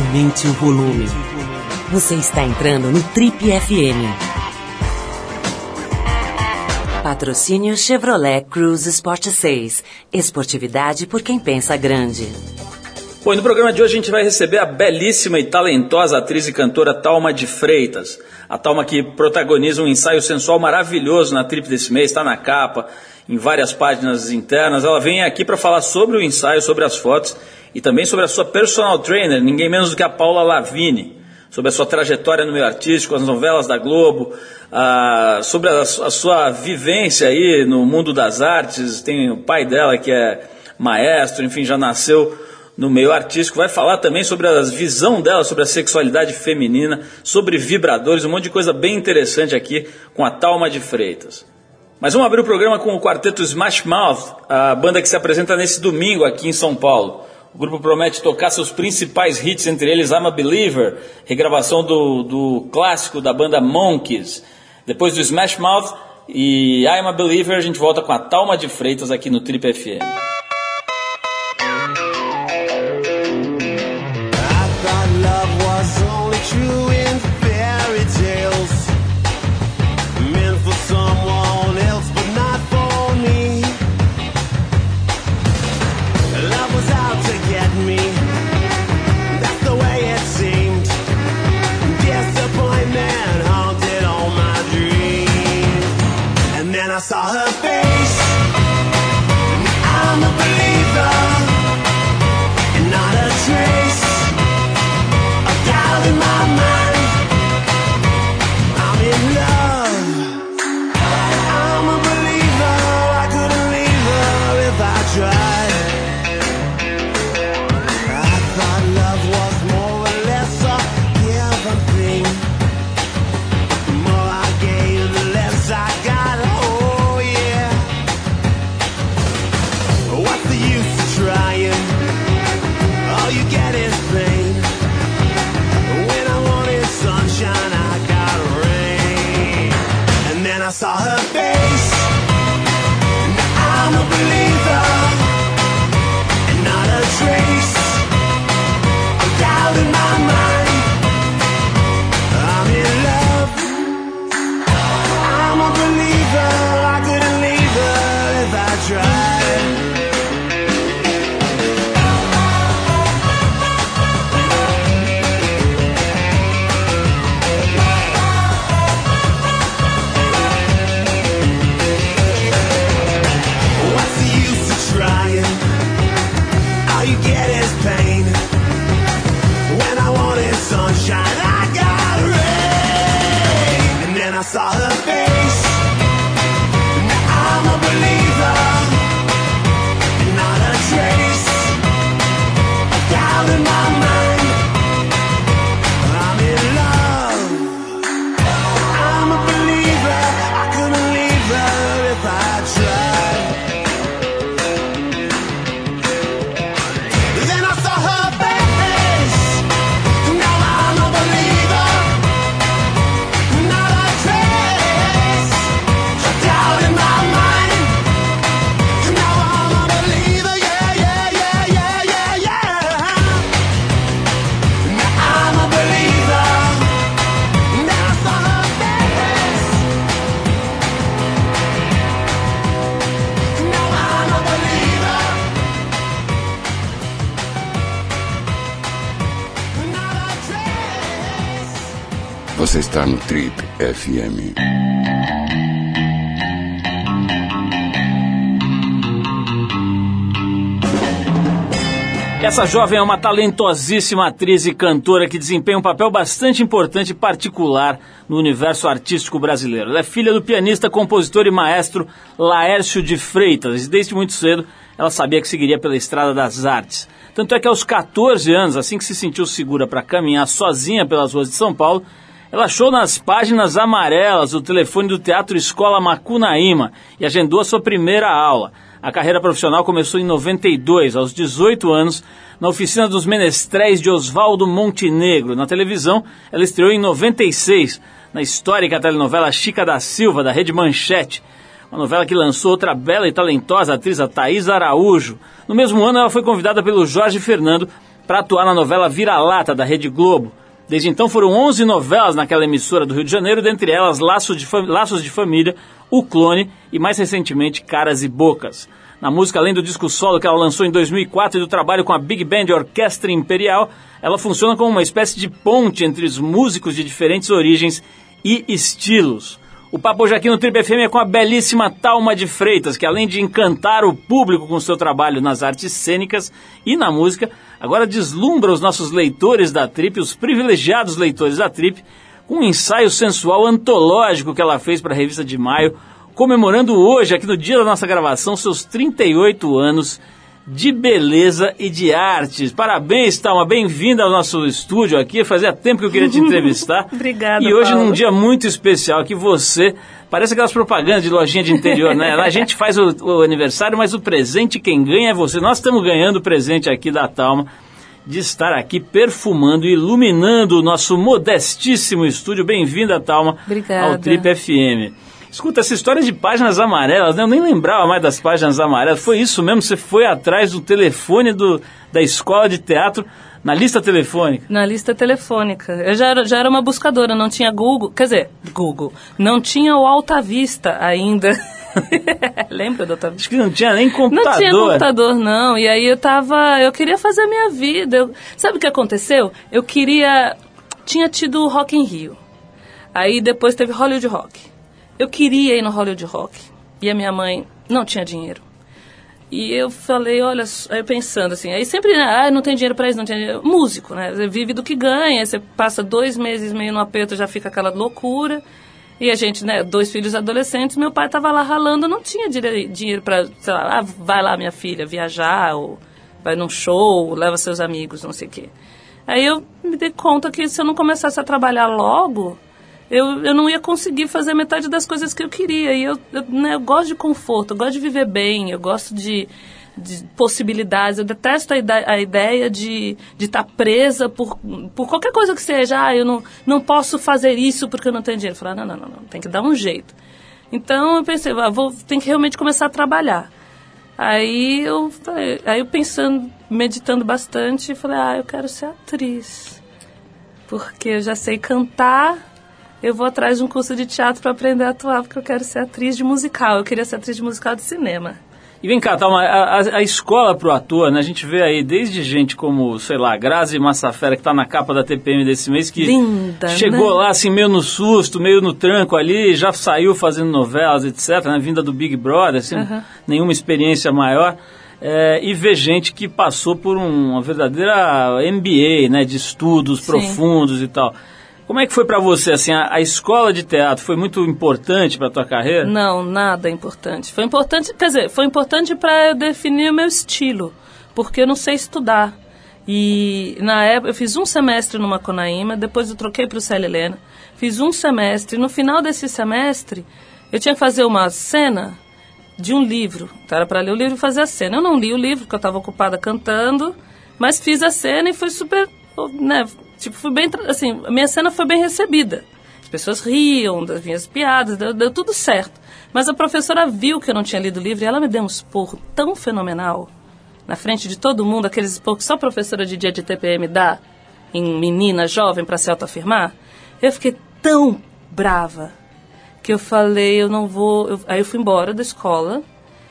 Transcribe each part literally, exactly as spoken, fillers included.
Aumente o volume. Você está entrando no Trip F M. Patrocínio Chevrolet Cruze Sport seis. Esportividade por quem pensa grande. Bom, e no programa de hoje a gente vai receber a belíssima e talentosa atriz e cantora Thalma de Freitas. A Thalma que protagoniza um ensaio sensual maravilhoso na Trip desse mês, está na capa, em várias páginas internas. Ela vem aqui para falar sobre o ensaio, sobre as fotos e também sobre a sua personal trainer, ninguém menos do que a Paula Lavigne, sobre a sua trajetória no meio artístico, as novelas da Globo, a, sobre a, a sua vivência aí no mundo das artes. Tem o pai dela que é maestro, enfim, já nasceu no meio artístico. Vai falar também sobre a visão dela sobre a sexualidade feminina, sobre vibradores, um monte de coisa bem interessante aqui com a Thalma de Freitas. Mas vamos abrir o programa com o quarteto Smash Mouth, a banda que se apresenta nesse domingo aqui em São Paulo. O grupo promete tocar seus principais hits, entre eles I'm a Believer, regravação do, do clássico da banda Monkees. Depois do Smash Mouth e I'm a Believer, a gente volta com a Thalma de Freitas aqui no Trip F M. I saw her face, I'm a believer, and not a trace of doubt in my mind. I'm in love, I'm a believer, I couldn't leave her if I tried. I thought love was more or less a give and thing. The more I gave, the less I got. All you get is pain. When I wanted sunshine, I got rain. And then I saw her face. Now I'm a believer, and not a trace of doubt in my mind. I'm in love, I'm a believer, I couldn't leave her if I tried. Pain. When I wanted sunshine, I got rain. And then I saw her face. Now I'm a believer, and not a trace of doubt in my mind. I'm in love, I'm a believer, I couldn't leave her if I tried. Você está no Trip F M. Essa jovem é uma talentosíssima atriz e cantora que desempenha um papel bastante importante e particular no universo artístico brasileiro. Ela é filha do pianista, compositor e maestro Laércio de Freitas, e desde muito cedo ela sabia que seguiria pela estrada das artes. Tanto é que aos catorze anos, assim que se sentiu segura para caminhar sozinha pelas ruas de São Paulo, ela achou nas páginas amarelas o telefone do Teatro Escola Macunaíma e agendou a sua primeira aula. A carreira profissional começou em noventa e dois, aos dezoito anos, na oficina dos menestréis de Oswaldo Montenegro. Na televisão, ela estreou em noventa e seis, na histórica telenovela Chica da Silva, da Rede Manchete. Uma novela que lançou outra bela e talentosa atriz, a Thaís Araújo. No mesmo ano, ela foi convidada pelo Jorge Fernando para atuar na novela Vira-Lata, da Rede Globo. Desde então foram onze novelas naquela emissora do Rio de Janeiro, dentre elas Laços de, Fam- Laços de Família, O Clone e, mais recentemente, Caras e Bocas. Na música, além do disco solo que ela lançou em dois mil e quatro e do trabalho com a Big Band Orquestra Imperial, ela funciona como uma espécie de ponte entre os músicos de diferentes origens e estilos. O papo hoje aqui no Trip F M é com a belíssima Thalma de Freitas, que além de encantar o público com seu trabalho nas artes cênicas e na música, agora deslumbra os nossos leitores da Trip, os privilegiados leitores da Trip, com um ensaio sensual antológico que ela fez para a revista de maio, comemorando hoje, aqui no dia da nossa gravação, seus trinta e oito anos de beleza e de artes. Parabéns, Thalma, bem-vinda ao nosso estúdio aqui. Fazia tempo que eu queria te entrevistar. Obrigada, E hoje, Paulo. num dia muito especial, que você... Parece aquelas propagandas de lojinha de interior, né? A gente faz o, o aniversário, mas o presente quem ganha é você. Nós estamos ganhando o presente aqui da Thalma, de estar aqui perfumando e iluminando o nosso modestíssimo estúdio. Bem-vinda, Thalma, Obrigada. ao Trip F M. Escuta, essa história de páginas amarelas, né? Eu nem lembrava mais das páginas amarelas. Foi isso mesmo? Você foi atrás do telefone do, da escola de teatro na lista telefônica? Na lista telefônica. Eu já era, já era uma buscadora, não tinha Google. Quer dizer, Google. Não tinha o Alta Vista ainda. Lembra do Alta Vista? Acho que não tinha nem computador. Não tinha computador, não. E aí eu tava... Eu queria fazer a minha vida. Eu, sabe o que aconteceu? Eu queria... Tinha tido o Rock in Rio. Aí depois teve Hollywood Rock. Eu queria ir no Hollywood Rock. E a minha mãe não tinha dinheiro. E eu falei, olha, aí pensando assim, aí sempre, ah, não tem dinheiro pra isso, não tem dinheiro. Músico, né? Você vive do que ganha, você passa dois meses meio no aperto, já fica aquela loucura. E a gente, né, dois filhos adolescentes, meu pai tava lá ralando, não tinha dire- dinheiro pra, sei lá, ah, vai lá minha filha, viajar, ou vai num show, leva seus amigos, não sei o quê. Aí eu me dei conta que se eu não começasse a trabalhar logo, Eu, eu não ia conseguir fazer metade das coisas que eu queria. E eu, eu, né, eu gosto de conforto, eu gosto de viver bem, eu gosto de, de possibilidades. Eu detesto a, ide- a ideia de estar tá presa por, por qualquer coisa que seja. Ah, eu não, não posso fazer isso porque eu não tenho dinheiro. Eu falei, não, não, não, não, tem que dar um jeito. Então eu pensei, ah, vou, tem que realmente começar a trabalhar. Aí eu, aí eu pensando, meditando bastante, falei, ah, eu quero ser atriz. Porque eu já sei cantar. Eu vou atrás de um curso de teatro para aprender a atuar, porque eu quero ser atriz de musical. Eu queria ser atriz de musical de cinema. E vem cá, Thalma, a, a, a escola pro ator, né? A gente vê aí desde gente como, sei lá, Grazi Massafera, que tá na capa da T P M desse mês, que Linda, chegou né? lá assim meio no susto, meio no tranco ali, já saiu fazendo novelas, etcétera, né? Vinda do Big Brother, assim, Uhum. nenhuma experiência maior. É, e vê gente que passou por um, uma verdadeira M B A, né? De estudos Sim. profundos e tal. Como é que foi pra você, assim, a, a escola de teatro foi muito importante pra tua carreira? Não, nada é importante. Foi importante, quer dizer, foi importante para eu definir o meu estilo, porque eu não sei estudar. E na época eu fiz um semestre no Macunaíma, depois eu troquei para o Célia Helena, fiz um semestre, no final desse semestre eu tinha que fazer uma cena de um livro, então era para ler o livro e fazer a cena. Eu não li o livro porque eu estava ocupada cantando, mas fiz a cena e foi super, né, tipo, foi bem, assim, a minha cena foi bem recebida. As pessoas riam das minhas piadas, deu, deu tudo certo. Mas a professora viu que eu não tinha lido o livro e ela me deu um esporro tão fenomenal, na frente de todo mundo, aqueles esporros que só a professora de dia de T P M dá em menina jovem para se autoafirmar. Eu fiquei tão brava que eu falei, eu não vou... Eu, aí eu fui embora da escola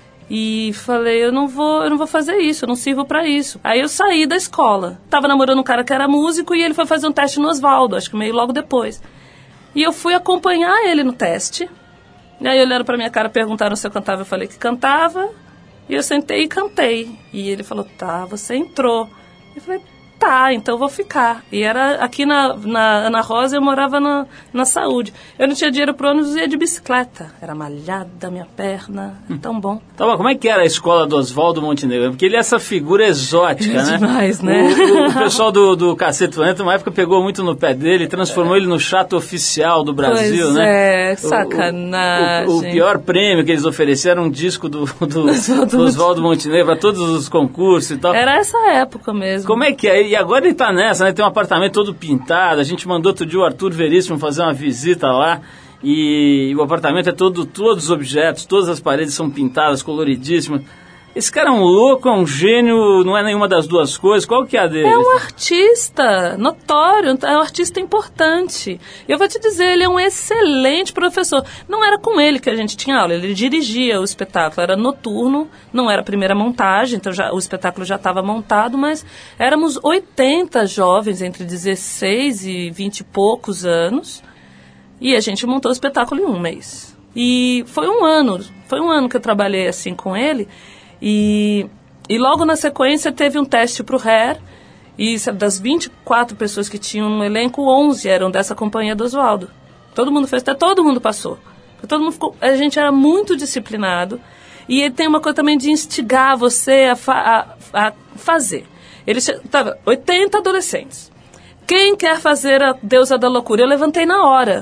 e falei, eu não vou, eu não vou fazer isso, eu não sirvo pra isso. Aí eu saí da escola. Tava namorando um cara que era músico e ele foi fazer um teste no Osvaldo, acho que meio logo depois. E eu fui acompanhar ele no teste. E aí olharam pra minha cara, perguntaram se eu cantava, eu falei que cantava. E eu sentei e cantei. E ele falou, tá, você entrou. Eu falei, tá, então eu vou ficar. E era aqui na, na Ana Rosa, eu morava na, na Saúde. Eu não tinha dinheiro pro ônibus e ia de bicicleta. Era malhada a minha perna, hum. tão bom. Então, como é que era a escola do Osvaldo Montenegro? Porque ele é essa figura exótica, é né? Demais, né? O, o, o pessoal do, do Cacete Planeta, uma época, pegou muito no pé dele, transformou é. ele no chato oficial do Brasil, pois né? é, sacanagem. O, o, o pior prêmio que eles ofereceram, um disco do, do, Osvaldo, do Osvaldo Montenegro para todos os concursos e tal. Era essa época mesmo. Como é que é? E agora ele tá nessa, né? Tem um apartamento todo pintado. A gente mandou outro dia o Arthur Veríssimo fazer uma visita lá. E o apartamento é todo, todos os objetos, todas as paredes são pintadas, coloridíssimas. esse cara é um louco, é um gênio, não é nenhuma das duas coisas, qual que é a dele? É um artista notório, é um artista importante. Eu vou te dizer, ele é um excelente professor. Não era com ele que a gente tinha aula, ele dirigia o espetáculo, era noturno, não era a primeira montagem, então já, o espetáculo já estava montado, mas éramos oitenta jovens entre dezesseis e vinte e poucos anos, e a gente montou o espetáculo em um mês. E foi um ano, foi um ano que eu trabalhei assim com ele, e, e logo na sequência teve um teste para o Hair, e das vinte e quatro pessoas que tinham no elenco, onze eram dessa companhia do Oswaldo. Todo mundo fez, até todo mundo passou. Todo mundo ficou, a gente era muito disciplinado, e ele tem uma coisa também de instigar você a, fa, a, a fazer. Ele estava oitenta adolescentes. Quem quer fazer a Deusa da Loucura? Eu levantei na hora.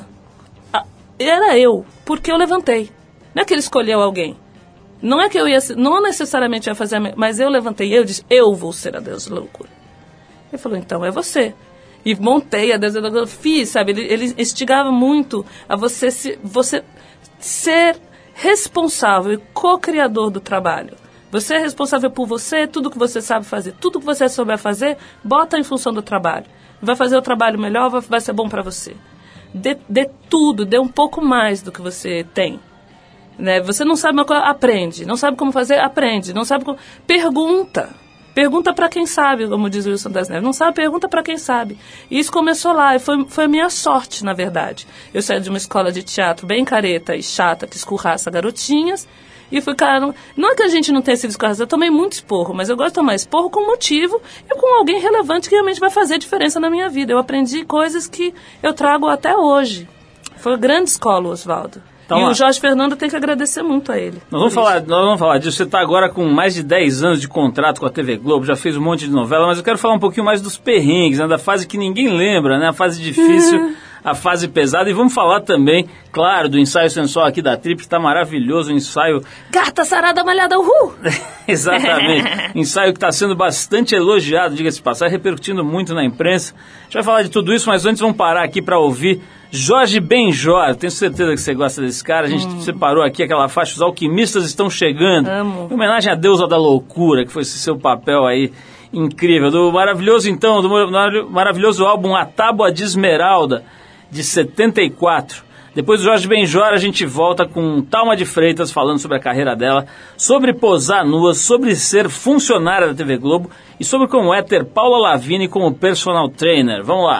Era eu, porque eu levantei. Não é que ele escolheu alguém. Não é que eu ia, não necessariamente ia fazer, mas eu levantei, eu disse, eu vou ser a Deusa da Loucura. Ele falou, então é você. E montei a Deusa da Loucura, fiz, sabe? Ele, ele instigava muito a você, se, você ser responsável e co-criador do trabalho. Você é responsável por você, tudo que você sabe fazer, tudo que você souber fazer, bota em função do trabalho. Vai fazer o trabalho melhor, vai, vai ser bom para você. Dê, dê tudo, dê um pouco mais do que você tem. Né? Você não sabe uma coisa, aprende. Não sabe como fazer, aprende. Não sabe como... Pergunta. Pergunta para quem sabe, como diz o Wilson das Neves. Não sabe, pergunta para quem sabe. E isso começou lá, e foi, foi a minha sorte, na verdade. Eu saí de uma escola de teatro bem careta e chata, que escurraça garotinhas, e fui, cara, não, não é que a gente não tenha sido escurraça, eu tomei muito esporro, mas eu gosto de tomar esporro com motivo e com alguém relevante que realmente vai fazer diferença na minha vida. Eu aprendi coisas que eu trago até hoje. Foi uma grande escola, Oswaldo. Então, e ó, o Jorge Fernando tem que agradecer muito a ele. Nós vamos, falar, nós vamos falar disso. Você está agora com mais de dez anos de contrato com a T V Globo, já fez um monte de novela, mas eu quero falar um pouquinho mais dos perrengues, né, da fase que ninguém lembra, né, a fase difícil, a fase pesada. E vamos falar também, claro, do ensaio sensual aqui da Trip, que está maravilhoso, um ensaio... Gata sarada malhada, uhul! Exatamente. Ensaio que está sendo bastante elogiado, diga-se de passagem, repercutindo muito na imprensa. A gente vai falar de tudo isso, mas antes vamos parar aqui para ouvir Jorge Benjor. Tenho certeza que você gosta desse cara. A gente hum. separou aqui aquela faixa, Os Alquimistas Estão Chegando. Amo. Em homenagem à Deusa da Loucura, que foi esse seu papel aí incrível. Do maravilhoso, então, do maravilhoso álbum A Tábua de Esmeralda, de setenta e quatro. Depois do Jorge Benjor, a gente volta com Thalma de Freitas falando sobre a carreira dela, sobre posar nua, sobre ser funcionária da T V Globo e sobre como é ter Paula Lavigne como personal trainer. Vamos lá.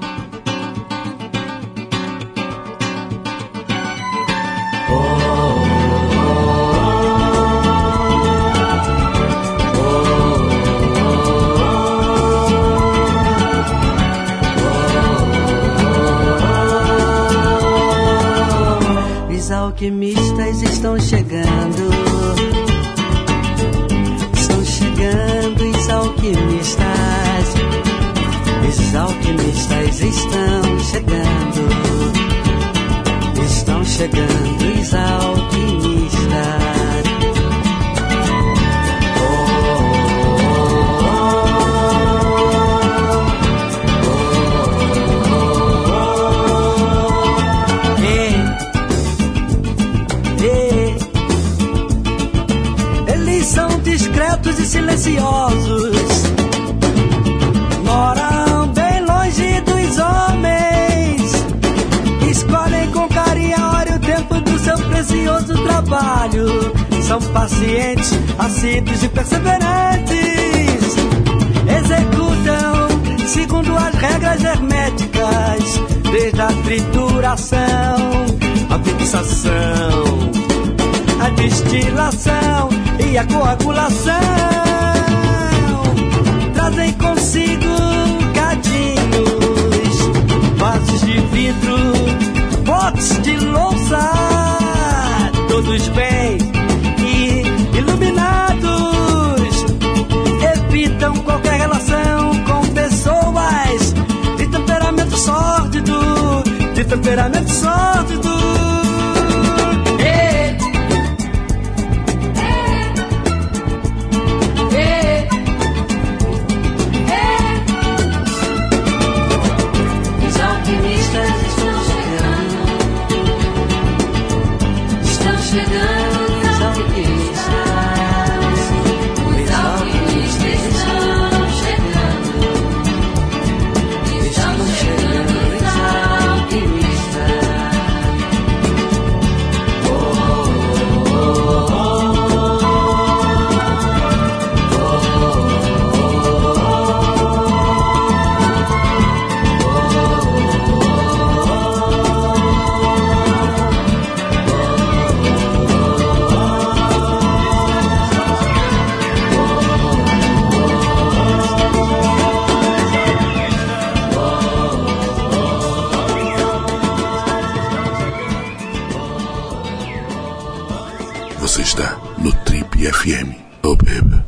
Os alquimistas estão chegando, estão chegando os alquimistas, os alquimistas estão chegando, estão chegando os alquimistas. Discretos e silenciosos, moram bem longe dos homens, escolhem com carinho a hora e o tempo do seu precioso trabalho, são pacientes, assíduos e perseverantes, executam segundo as regras herméticas, desde a trituração, a fixação, a destilação e a coagulação, trazem consigo cadinhos, vasos de vidro, potes de louça, todos bem e iluminados, evitam qualquer relação com pessoas de temperamento sórdido, de temperamento sórdido. Chegando os alquimistas, Revista no Trip F M. Oh, baby.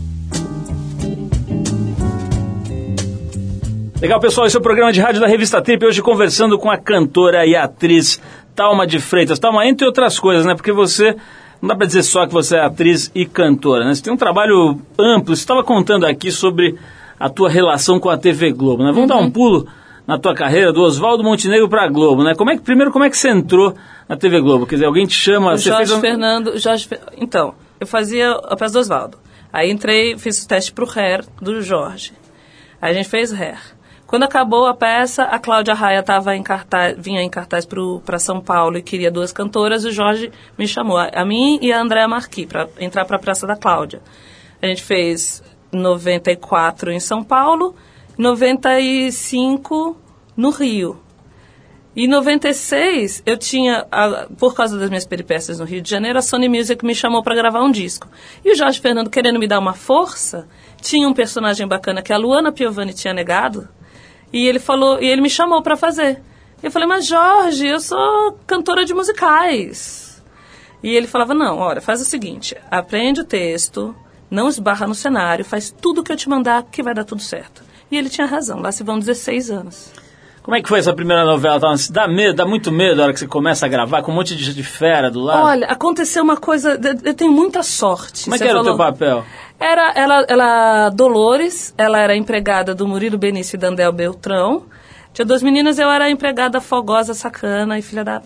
Legal, pessoal, esse é o programa de rádio da Revista Trip, hoje conversando com a cantora e atriz Thalma de Freitas. Thalma, entre outras coisas, né, porque você, não dá pra dizer só que você é atriz e cantora, né, você tem um trabalho amplo, você estava contando aqui sobre a tua relação com a T V Globo, né, vamos uhum. dar um pulo na tua carreira, do Oswaldo Montenegro pra Globo, né, como é que, primeiro, como é que você entrou na T V Globo, quer dizer, alguém te chama... O você Jorge fez um... Fernando, Jorge, então, eu fazia a peça do Oswaldo, aí entrei, fiz o teste pro Hair do Jorge, aí a gente fez Hair. Quando acabou a peça, a Cláudia Raia tava em cartaz, vinha em cartaz para São Paulo e queria duas cantoras, e o Jorge me chamou, a, a mim e a Andréa Marquis, para entrar para a Praça da Cláudia. A gente fez noventa e quatro em São Paulo, noventa e cinco no Rio. E em noventa e seis, eu tinha, a, por causa das minhas peripécias no Rio de Janeiro, a Sony Music me chamou para gravar um disco. E o Jorge Fernando, querendo me dar uma força, tinha um personagem bacana que a Luana Piovani tinha negado, e ele falou, e ele me chamou para fazer. Eu falei, mas Jorge, eu sou cantora de musicais. E ele falava, não, olha, faz o seguinte, aprende o texto, não esbarra no cenário, faz tudo que eu te mandar que vai dar tudo certo. E ele tinha razão, lá se vão dezesseis anos. Como é que foi essa primeira novela? Dá medo, dá muito medo na hora que você começa a gravar, com um monte de, de fera do lado? Olha, aconteceu uma coisa, eu tenho muita sorte. Como é que era falou, o teu papel? Era, ela, ela, Dolores, ela era empregada do Murilo Benício e da Andel Beltrão. Tinha duas meninas, eu era a empregada fogosa, sacana e filha da,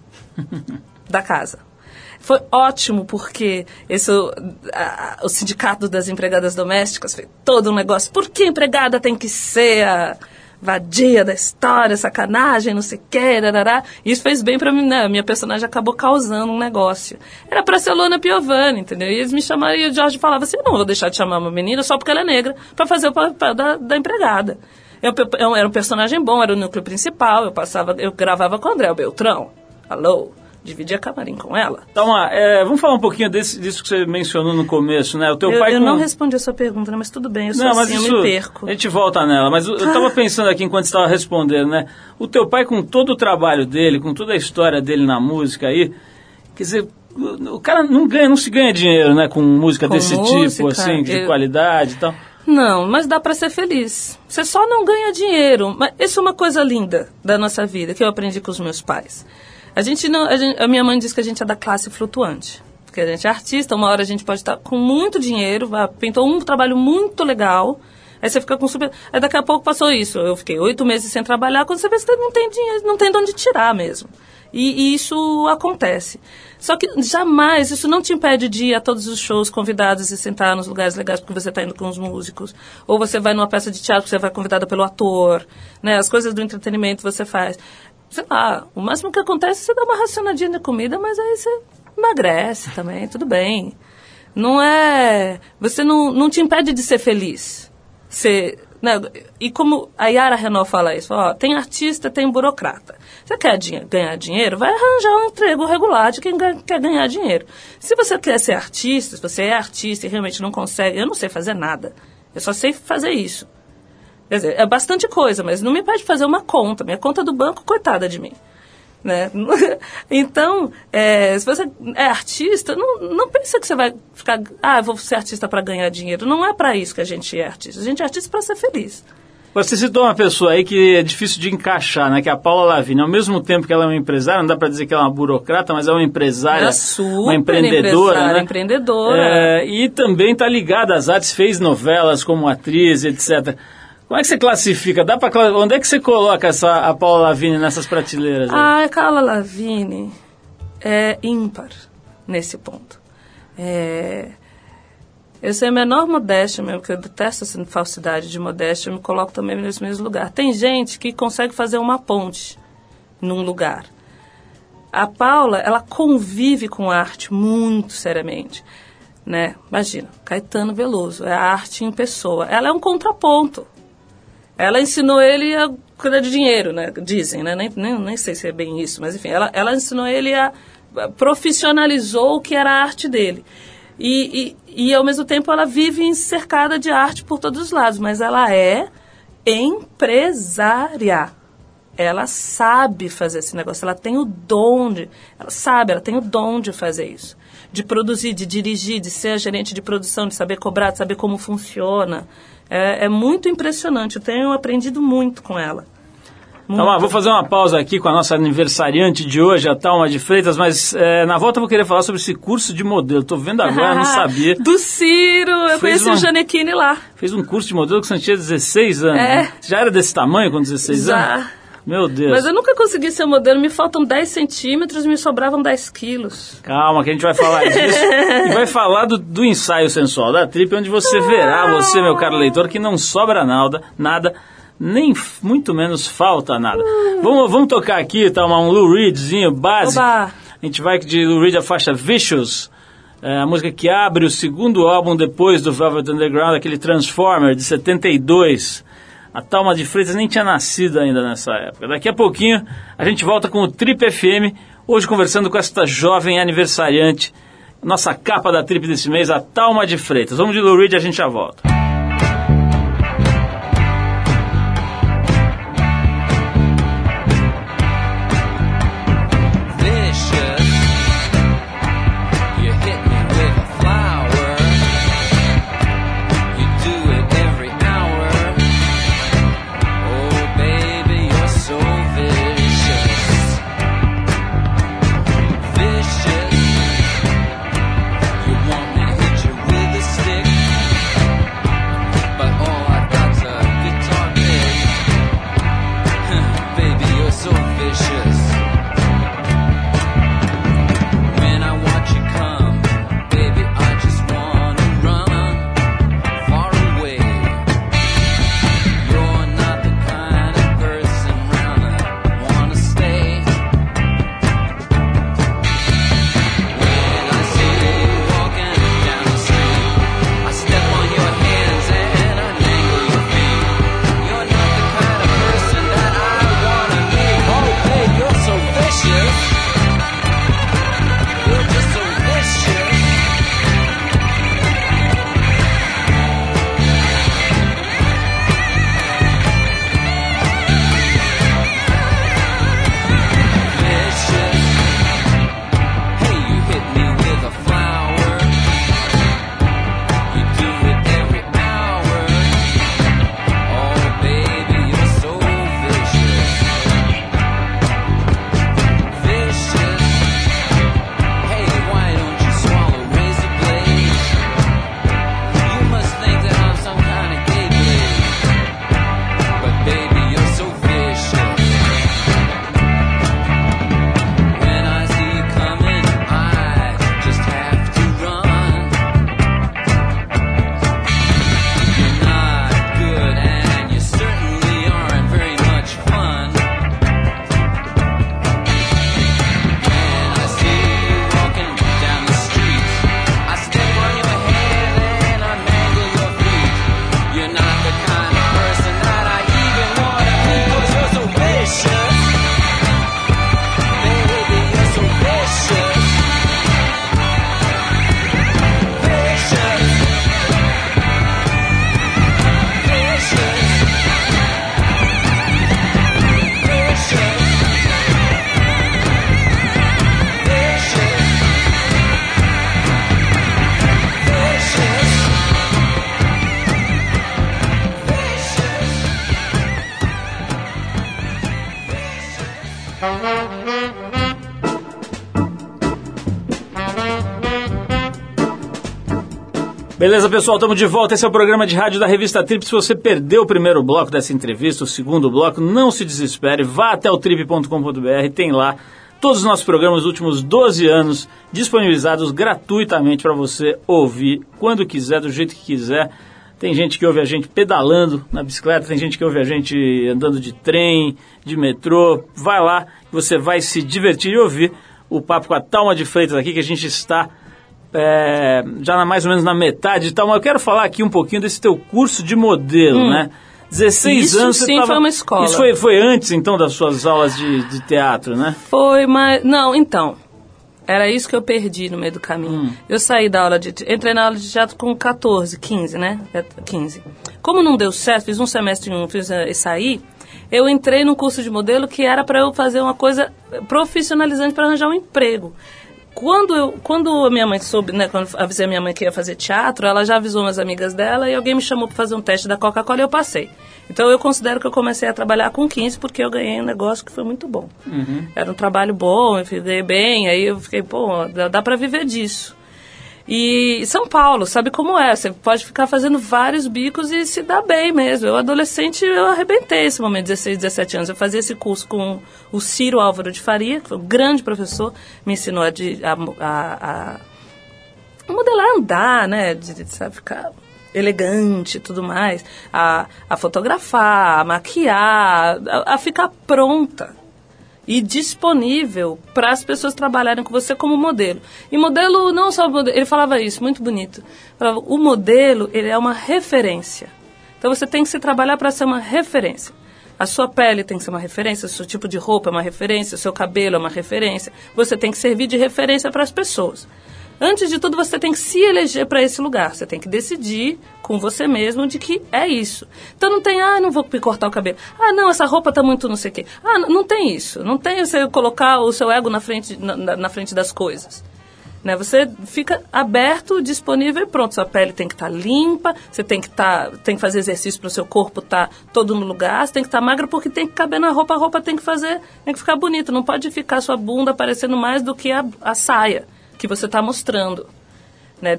da casa. Foi ótimo, porque esse, a, a, o sindicato das empregadas domésticas fez todo um negócio. Por que a empregada tem que ser a vadia da história, sacanagem, não sei o que, darará. Isso fez bem pra mim, né? A minha personagem acabou causando um negócio. Era pra ser a Luana Piovani, entendeu? E eles me chamaram, e o Jorge falava assim, eu não vou deixar de chamar uma menina só porque ela é negra, pra fazer o papel da, da empregada. Eu, eu, era um personagem bom, era o núcleo principal, eu passava, eu gravava com o André Beltrão. Alô? Dividia camarim com ela. Então, é, vamos falar um pouquinho desse, disso que você mencionou no começo, né? O teu eu pai eu com... não respondi a sua pergunta, mas tudo bem, eu sou não, assim, mas isso, eu me perco. A gente volta nela, mas eu estava pensando aqui enquanto você estava respondendo, né? O teu pai, com todo o trabalho dele, com toda a história dele na música aí, quer dizer, o cara não ganha, não se ganha dinheiro, né? Com música com desse música, tipo, assim, de eu... qualidade e tal. Não, mas dá para ser feliz. Você só não ganha dinheiro. Mas isso é uma coisa linda da nossa vida, que eu aprendi com os meus pais. A gente não, a, gente, a minha mãe diz que a gente é da classe flutuante, porque a gente é artista, uma hora a gente pode estar com muito dinheiro, pintou um trabalho muito legal, aí você fica com super... Aí daqui a pouco passou isso, eu fiquei oito meses sem trabalhar, quando você vê que você não tem dinheiro, não tem de onde tirar mesmo. E, e isso acontece. Só que jamais, isso não te impede de ir a todos os shows convidados e sentar nos lugares legais porque você está indo com os músicos, ou você vai numa peça de teatro, você vai convidada pelo ator, né? As coisas do entretenimento você faz. Sei lá, o máximo que acontece é você dar uma racionadinha de comida, mas aí você emagrece também, tudo bem. Não é... Você não, não te impede de ser feliz. Você, né, e como a Yara Renault fala isso, ó, tem artista, tem burocrata. Você quer din- ganhar dinheiro, vai arranjar um emprego regular de quem ganha, quer ganhar dinheiro. Se você quer ser artista, se você é artista e realmente não consegue, eu não sei fazer nada, eu só sei fazer isso. Quer dizer, é bastante coisa, mas não me impede de fazer uma conta. Minha conta do banco, coitada de mim. Né? Então, é, se você é artista, não, não pensa que você vai ficar... Ah, eu vou ser artista para ganhar dinheiro. Não é para isso que a gente é artista. A gente é artista para ser feliz. Você citou uma pessoa aí que é difícil de encaixar, né? Que é a Paula Lavigne. Ao mesmo tempo que ela é uma empresária, não dá para dizer que ela é uma burocrata, mas é uma empresária, é super uma empreendedora, né? empreendedora. É, e também está ligada às artes, fez novelas como atriz, etcétera. Como é que você classifica? Dá pra, onde é que você coloca essa, a Paula Lavigne nessas prateleiras? Ah, a Paula Lavigne é ímpar nesse ponto. É, eu sei a menor modéstia mesmo, porque eu detesto essa falsidade de modéstia, eu me coloco também nesse mesmo lugar. Tem gente que consegue fazer uma ponte num lugar. A Paula, ela convive com a arte muito seriamente. Né? Imagina, Caetano Veloso, é a arte em pessoa. Ela é um contraponto. Ela ensinou ele a cuidar de dinheiro, né? Dizem, né? Nem, nem, nem sei se é bem isso, mas enfim, ela, ela ensinou ele a... profissionalizou o que era a arte dele. E, e, e, ao mesmo tempo, ela vive cercada de arte por todos os lados, mas ela é empresária. ela sabe fazer esse negócio, ela tem o dom de... Ela sabe, ela tem o dom de fazer isso. De produzir, de dirigir, de ser a gerente de produção, de saber cobrar, de saber como funciona. É, é muito impressionante, eu tenho aprendido muito com ela. Muito. Então, vou fazer uma pausa aqui com a nossa aniversariante de hoje, a Thalma de Freitas, mas é, na volta eu vou querer falar sobre esse curso de modelo. Estou vendo agora, não sabia. Do Ciro, eu Fez conheci uma... o Janequine lá. Fez um curso de modelo que você tinha dezesseis anos. É. Né? Já era desse tamanho com dezesseis Já. anos? Meu Deus. Mas eu nunca consegui ser modelo, me faltam dez centímetros e me sobravam dez quilos. Calma, que a gente vai falar disso. E vai falar do, do ensaio sensual da Trip, onde você verá, você, meu caro leitor, que não sobra nada, nada nem f- muito menos falta nada. Uh. Vamos, vamos tocar aqui, tá, um Lou Reedzinho básico. Oba. A gente vai de Lou Reed a faixa Vicious, é, a música que abre o segundo álbum depois do Velvet Underground, aquele Transformer de setenta e dois. A Thalma de Freitas nem tinha nascido ainda nessa época. Daqui a pouquinho a gente volta com o Trip F M, hoje conversando com esta jovem aniversariante, nossa capa da Trip desse mês, a Thalma de Freitas. Vamos de Lou Reed e a gente já volta. Beleza, pessoal, estamos de volta. Esse é o programa de rádio da revista Trip. Se você perdeu o primeiro bloco dessa entrevista, o segundo bloco, não se desespere. Vá até o trip ponto com ponto b r, tem lá todos os nossos programas dos últimos doze anos disponibilizados gratuitamente para você ouvir quando quiser, do jeito que quiser. Tem gente que ouve a gente pedalando na bicicleta, tem gente que ouve a gente andando de trem, de metrô. Vai lá, você vai se divertir e ouvir o papo com a Thalma de Freitas aqui, que a gente está é, já na, mais ou menos na metade. Então, eu quero falar aqui um pouquinho desse teu curso de modelo, hum. né? dezesseis Isso anos, sim, você tava... foi uma escola. Isso foi, foi antes, então, das suas aulas de, de teatro, né? Foi, mas... Não, então... Era isso que eu perdi no meio do caminho. Hum. Eu saí da aula de... Entrei na aula de teatro com catorze, quinze, né? quinze. Como não deu certo, fiz um semestre em um, fiz e saí, eu entrei num curso de modelo que era para eu fazer uma coisa profissionalizante para arranjar um emprego. Quando, eu, quando a minha mãe soube, né, quando eu avisei a minha mãe que ia fazer teatro, ela já avisou umas amigas dela e alguém me chamou para fazer um teste da Coca-Cola e eu passei. Então eu considero que eu comecei a trabalhar com quinze porque eu ganhei um negócio que foi muito bom. Uhum. Era um trabalho bom, eu ganhei bem, aí eu fiquei, pô, dá, dá para viver disso. E São Paulo, sabe como é? Você pode ficar fazendo vários bicos e se dá bem mesmo. Eu, adolescente, eu arrebentei esse momento, dezesseis, dezessete anos. Eu fazia esse curso com o Ciro Álvaro de Faria, que foi um grande professor, me ensinou a, a, a modelar, andar, né? De, de, sabe, ficar elegante e tudo mais. A, a fotografar, a maquiar, a, a ficar pronta e disponível para as pessoas trabalharem com você como modelo. E modelo, não só modelo, ele falava isso, muito bonito. Falava, o modelo, ele é uma referência. Então você tem que se trabalhar para ser uma referência. A sua pele tem que ser uma referência, o seu tipo de roupa é uma referência, o seu cabelo é uma referência. Você tem que servir de referência para as pessoas. Antes de tudo, você tem que se eleger para esse lugar. Você tem que decidir com você mesmo de que é isso. Então não tem, ah, não vou me cortar o cabelo. Ah, não, essa roupa tá muito não sei o quê. Ah, não, não tem isso. Não tem você colocar o seu ego na frente, na, na frente das coisas. Né? Você fica aberto, disponível e pronto. Sua pele tem que estar tá limpa, você tem que, tá, tem que fazer exercício para o seu corpo estar tá todo no lugar, você tem que estar tá magra porque tem que caber na roupa, a roupa tem que fazer, tem que ficar bonita. Não pode ficar sua bunda aparecendo mais do que a, a saia que você está mostrando, né?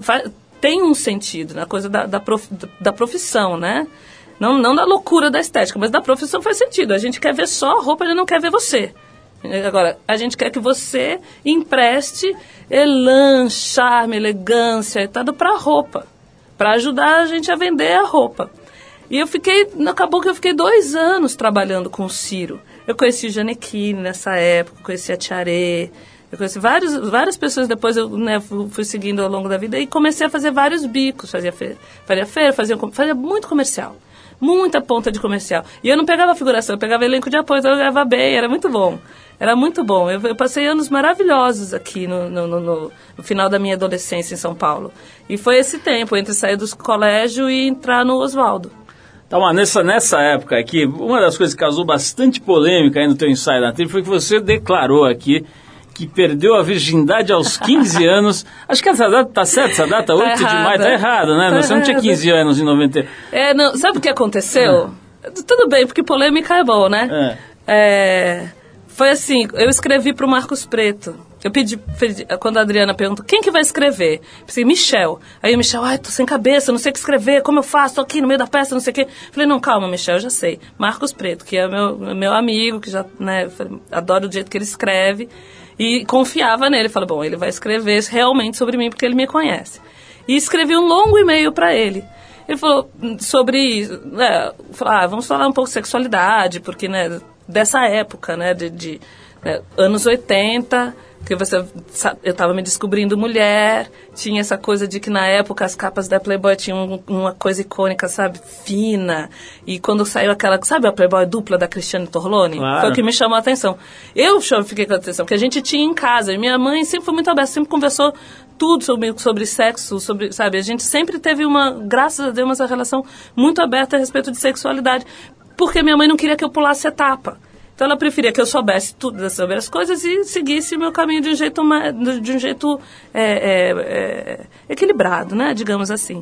Tem um sentido na coisa da, da, prof, da profissão, né? Não, não da loucura da estética, mas da profissão faz sentido. A gente quer ver só a roupa, a gente não quer ver você. Agora, a gente quer que você empreste elan, charme, elegância e tal para a roupa, para ajudar a gente a vender a roupa. E eu fiquei, acabou que eu fiquei dois anos trabalhando com o Ciro. Eu conheci o Janequine nessa época, conheci a Tiaré. Eu conheci vários, várias pessoas, depois eu, né, fui seguindo ao longo da vida e comecei a fazer vários bicos. Fazia feira, fazia, feira, fazia, fazia muito comercial, muita ponta de comercial. E eu não pegava figuração, eu pegava elenco de apoio, então eu ganhava bem, era muito bom. Era muito bom. Eu, eu passei anos maravilhosos aqui no, no, no, no final da minha adolescência em São Paulo. E foi esse tempo, entre sair do colégio e entrar no Oswaldo. Então, nessa, nessa época aqui, uma das coisas que causou bastante polêmica aí no teu ensaio da tribo foi que você declarou aqui que perdeu a virgindade aos quinze anos. Acho que essa data, tá certa essa data? oito de maio, tá errado, né? Tá Você errado. Não tinha quinze anos em noventa. É, não, sabe o que aconteceu? É. Tudo bem, porque polêmica é bom, né? É. É, foi assim, eu escrevi pro Marcos Preto. Eu pedi, pedi, quando a Adriana perguntou, quem que vai escrever? Eu pensei, Michel. Aí o Michel, ai, tô sem cabeça, não sei o que escrever, como eu faço? Tô aqui no meio da peça, não sei o quê. Falei, não, calma, Michel, eu já sei. Marcos Preto, que é meu, meu amigo, que já, né, adoro o jeito que ele escreve. E confiava nele, falei, bom, ele vai escrever realmente sobre mim porque ele me conhece. E escrevi um longo e-mail para ele. Ele falou sobre, né, falou, ah, vamos falar um pouco de sexualidade, porque, né, dessa época, né, de, de né, anos oitenta, que você, eu estava me descobrindo mulher, tinha essa coisa de que na época as capas da Playboy tinham uma coisa icônica, sabe, fina, e quando saiu aquela, sabe a Playboy dupla da Cristiane Torlone? Claro. Foi o que me chamou a atenção. Eu fiquei com a atenção, porque a gente tinha em casa, e minha mãe sempre foi muito aberta, sempre conversou tudo sobre, sobre sexo, sobre, sabe, a gente sempre teve uma, graças a Deus, uma relação muito aberta a respeito de sexualidade, porque minha mãe não queria que eu pulasse etapa. Então ela preferia que eu soubesse tudo sobre as coisas e seguisse o meu caminho de um jeito, de um jeito é, é, é, equilibrado, né? Digamos assim.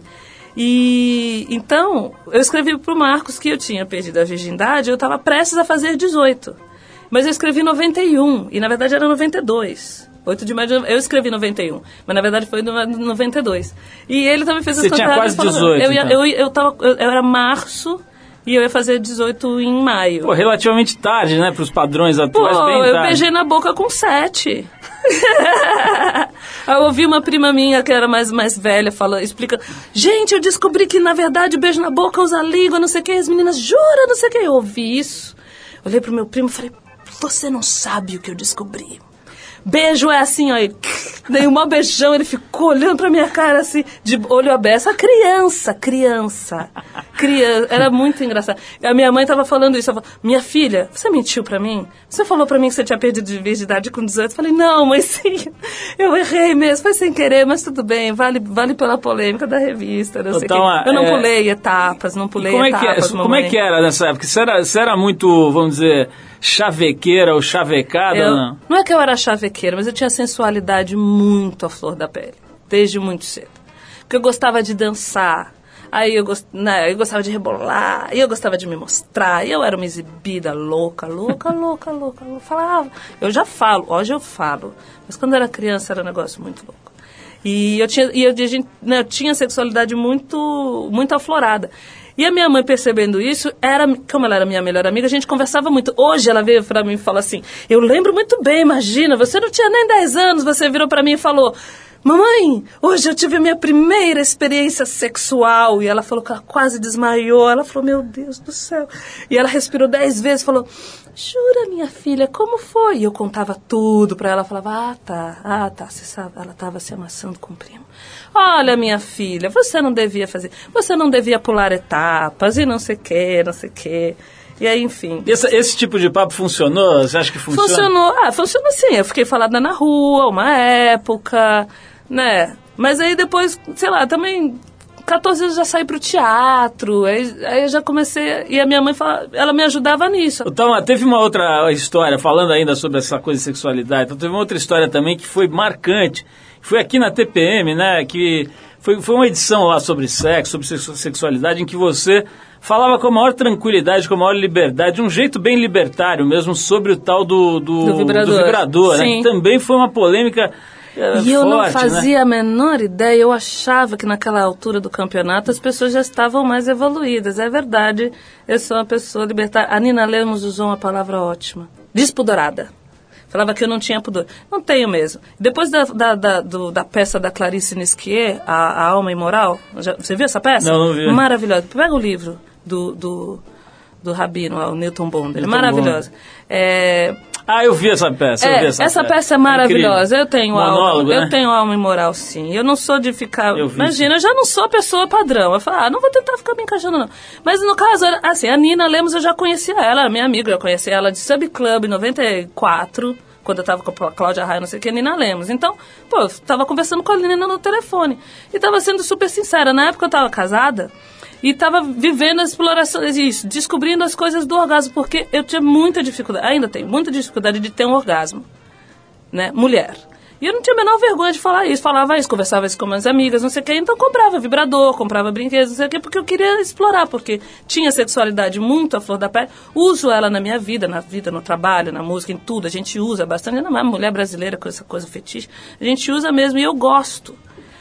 E então eu escrevi para o Marcos que eu tinha perdido a virgindade, eu estava prestes a fazer dezoito. Mas eu escrevi em noventa e um, e na verdade era noventa e dois. oito de maio, eu escrevi em noventa e um, mas na verdade foi em noventa e dois. E ele também fez as coisas. Você tinha quase dezoito, eu, ia, então. eu, eu, eu, tava, eu, eu era março. E eu ia fazer dezoito em maio. Pô, relativamente tarde, né? Para os padrões atuais, Pô, bem eu tarde. beijei na boca com sete. Eu ouvi uma prima minha que era mais, mais velha falando, explicando. Gente, eu descobri que na verdade beijo na boca usa língua, não sei o que. As meninas, jura, não sei o que. Eu ouvi isso. Olhei pro meu primo e falei, você não sabe o que eu descobri. Beijo é assim, ó. dei um maior beijão, ele ficou olhando pra minha cara assim, de olho aberto. A criança, criança, criança. Era muito engraçado. A minha mãe tava falando isso, ela falou, minha filha, você mentiu pra mim? Você falou pra mim que você tinha perdido de virgindade com dezoito? Eu falei, não, mãe, sim, eu errei mesmo, foi sem querer, mas tudo bem, vale, vale pela polêmica da revista, não sei então, que. Eu não é... pulei etapas, não pulei como etapas, é que, mamãe. Como é que era nessa época? Você era, você era muito, vamos dizer, chavequeira ou chavecada eu, ou não? Não é que eu era chavequeira, mas eu tinha sensualidade muito à flor da pele, desde muito cedo. Porque eu gostava de dançar, aí eu, gost... né, eu gostava de rebolar, aí eu gostava de me mostrar, e eu era uma exibida louca, louca, louca, louca. Eu falava, eu já falo, hoje eu falo, mas quando eu era criança era um negócio muito louco. E eu tinha, e eu, a gente, né, eu tinha sexualidade muito, muito aflorada. E a minha mãe, percebendo isso, era, como ela era minha melhor amiga, a gente conversava muito. Hoje ela veio pra mim e falou assim, eu lembro muito bem, imagina, você não tinha nem dez anos, você virou pra mim e falou, mamãe, hoje eu tive a minha primeira experiência sexual. E ela falou que ela quase desmaiou. Ela falou, meu Deus do céu. E ela respirou dez vezes e falou, jura, minha filha, como foi? E eu contava tudo pra ela. Falava, ah, tá, ah, tá, você sabe, ela tava se amassando com o primo. Olha, minha filha, você não devia fazer, você não devia pular etapas e não sei o que, não sei o que. E aí, enfim. Esse, esse tipo de papo funcionou? Você acha que funciona? Funcionou, ah, funcionou sim. Eu fiquei falada na rua uma época, né? Mas aí depois, sei lá, também, catorze anos já saí pro teatro, aí, aí eu já comecei, e a minha mãe, fala, ela me ajudava nisso. Então, teve uma outra história, falando ainda sobre essa coisa de sexualidade, então teve uma outra história também que foi marcante, foi aqui na T P M, né, que foi, foi uma edição lá sobre sexo, sobre sexualidade, em que você falava com a maior tranquilidade, com a maior liberdade, de um jeito bem libertário mesmo, sobre o tal do, do, do vibrador, do vibrador, né, que também foi uma polêmica é, e eu forte, não fazia, né, a menor ideia, eu achava que naquela altura do campeonato as pessoas já estavam mais evoluídas. É verdade, eu sou uma pessoa libertária. A Nina Lemos usou uma palavra ótima, despudorada. Falava que eu não tinha pudor. Não tenho mesmo. Depois da, da, da, do, da peça da Clarice Nisquier, a, a Alma Imoral, já, você viu essa peça? Não, não vi. Maravilhosa. Pega o livro do, do, do Rabino, o Newton Bonder. Maravilhosa. É... Ah, eu vi essa peça. É, eu vi essa, essa peça. peça é maravilhosa. Eu tenho Monólogo, alma, né? eu tenho alma imoral, sim. Eu não sou de ficar. Eu vi, imagina, sim. eu já não sou a pessoa padrão. Eu falo, ah, não vou tentar ficar me encaixando, não. Mas no caso, assim, a Nina Lemos eu já conhecia ela, minha amiga, eu conheci ela de Sub Club em noventa e quatro. Quando eu tava com a Cláudia Raia, não sei o que, Nina Lemos. Então, pô, eu tava conversando com a Nina no telefone. E tava sendo super sincera. Na época eu tava casada e tava vivendo as explorações, isso, descobrindo as coisas do orgasmo, porque eu tinha muita dificuldade, ainda tenho muita dificuldade de ter um orgasmo, né, mulher. E eu não tinha a menor vergonha de falar isso, falava isso, conversava isso com minhas amigas, não sei o que, então comprava vibrador, comprava brinquedos, não sei o que, porque eu queria explorar, porque tinha sexualidade muito à flor da pele, uso ela na minha vida, na vida, no trabalho, na música, em tudo, a gente usa bastante, ainda mais mulher brasileira com essa coisa fetiche, a gente usa mesmo e eu gosto,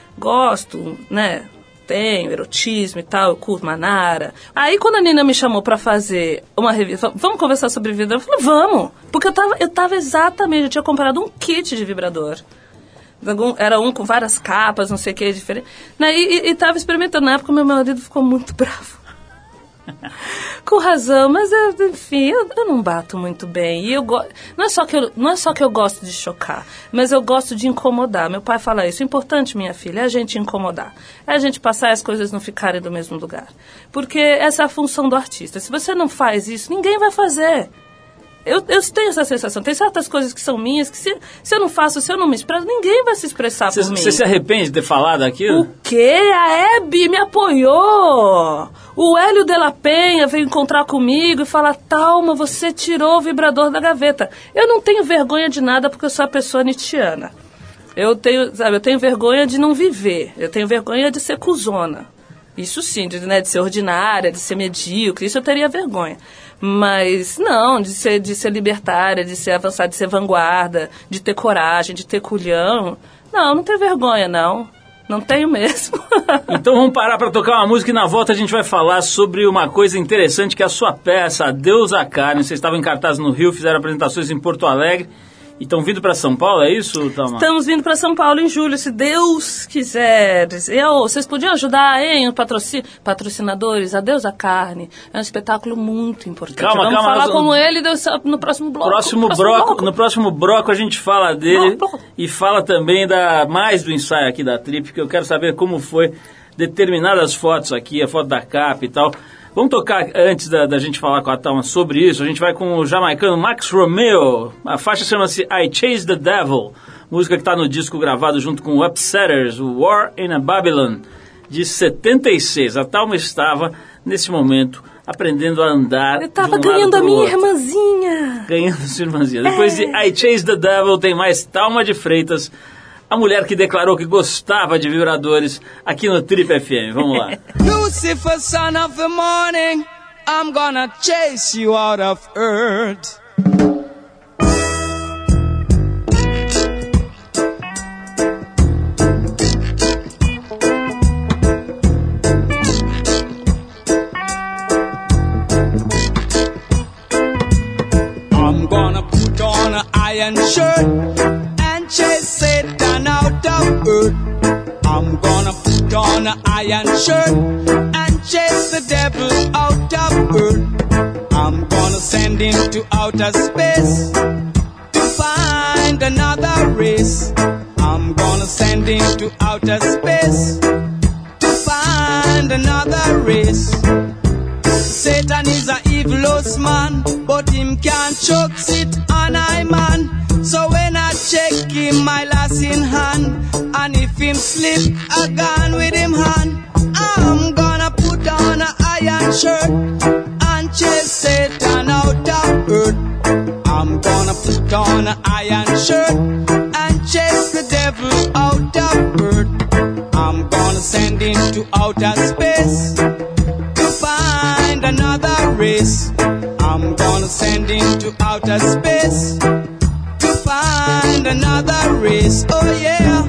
gosto, né, tenho erotismo e tal, eu curto Manara. Aí quando a Nina me chamou pra fazer uma revista, vamos conversar sobre vibrador? Eu falei, vamos, porque eu tava, eu tava exatamente, eu tinha comprado um kit de vibrador. Era um com várias capas, não sei o que, diferente. Né? E, e, e tava experimentando. Na época, meu marido ficou muito bravo. Com razão, mas eu, enfim, eu, eu não bato muito bem. E eu go... não, é só que eu, não é só que eu gosto de chocar, mas eu gosto de incomodar. Meu pai fala isso. O importante, minha filha, é a gente incomodar. É a gente passar e as coisas não ficarem do mesmo lugar. Porque essa é a função do artista. Se você não faz isso, ninguém vai fazer. Eu, eu tenho essa sensação. Tem certas coisas que são minhas, que se, se eu não faço, se eu não me expresso, ninguém vai se expressar cê, por mim. Você se arrepende de ter falado aquilo? O quê? A Hebe me apoiou. O Hélio de la Penha veio encontrar comigo e falar, Thalma, você tirou o vibrador da gaveta. Eu não tenho vergonha de nada porque eu sou a pessoa nietzschiana. Eu tenho, sabe, eu tenho vergonha de não viver. Eu tenho vergonha de ser cuzona. Isso sim, de, né, de ser ordinária, de ser medíocre, isso eu teria vergonha. Mas não, de ser, de ser libertária, de ser avançada, de ser vanguarda, de ter coragem, de ter culhão. Não, não tenho vergonha, não. Não tenho mesmo. Então vamos parar para tocar uma música e na volta a gente vai falar sobre uma coisa interessante que é a sua peça, Adeus à Carne. Vocês estavam em cartaz no Rio, fizeram apresentações em Porto Alegre E estão vindo para São Paulo, é isso, Thalma? Estamos vindo para São Paulo em julho, se Deus quiser. Eu, vocês podiam ajudar, hein, os patrocin... patrocinadores, Adeus a Carne. É um espetáculo muito importante. Calma, Vamos calma, falar nós... como ele no próximo bloco. Próximo, próximo bloco, bloco. No próximo bloco a gente fala dele bloco. E fala também da, mais do ensaio aqui da Trip, que eu quero saber como foi determinadas fotos aqui, a foto da capa e tal. Vamos tocar, antes da, da gente falar com a Thalma sobre isso, a gente vai com o jamaicano Max Romeo. A faixa chama-se I Chase the Devil, música que está no disco gravado junto com o Upsetters, o War in a Babylon, de setenta e seis. A Thalma estava, nesse momento, aprendendo a andar. Eu estava de um ganhando lado a minha outro. irmãzinha. Ganhando a sua irmãzinha. É. Depois de I Chase the Devil, tem mais Thalma de Freitas, a mulher que declarou que gostava de vibradores, aqui no Trip F M. Vamos lá. Lucifer, son of the morning, I'm gonna chase you out of earth. I'm gonna put on an iron shirt and chase Satan out of earth. I'm gonna put on an iron shirt and chase the devil out of earth. I'm gonna send him to outer space to find another race. I'm gonna send him to outer space to find another race. Satan is a evilous man, but him can't choke sit on I man. So when I check him, my lass in hand, and if him slip, I gone with him hand. I'm gonna put on a iron shirt and chase Satan out of earth. I'm gonna put on an iron shirt and chase the devil out of earth. I'm gonna send him to outer space to find another race. I'm gonna send him to outer space to find another race. Oh yeah.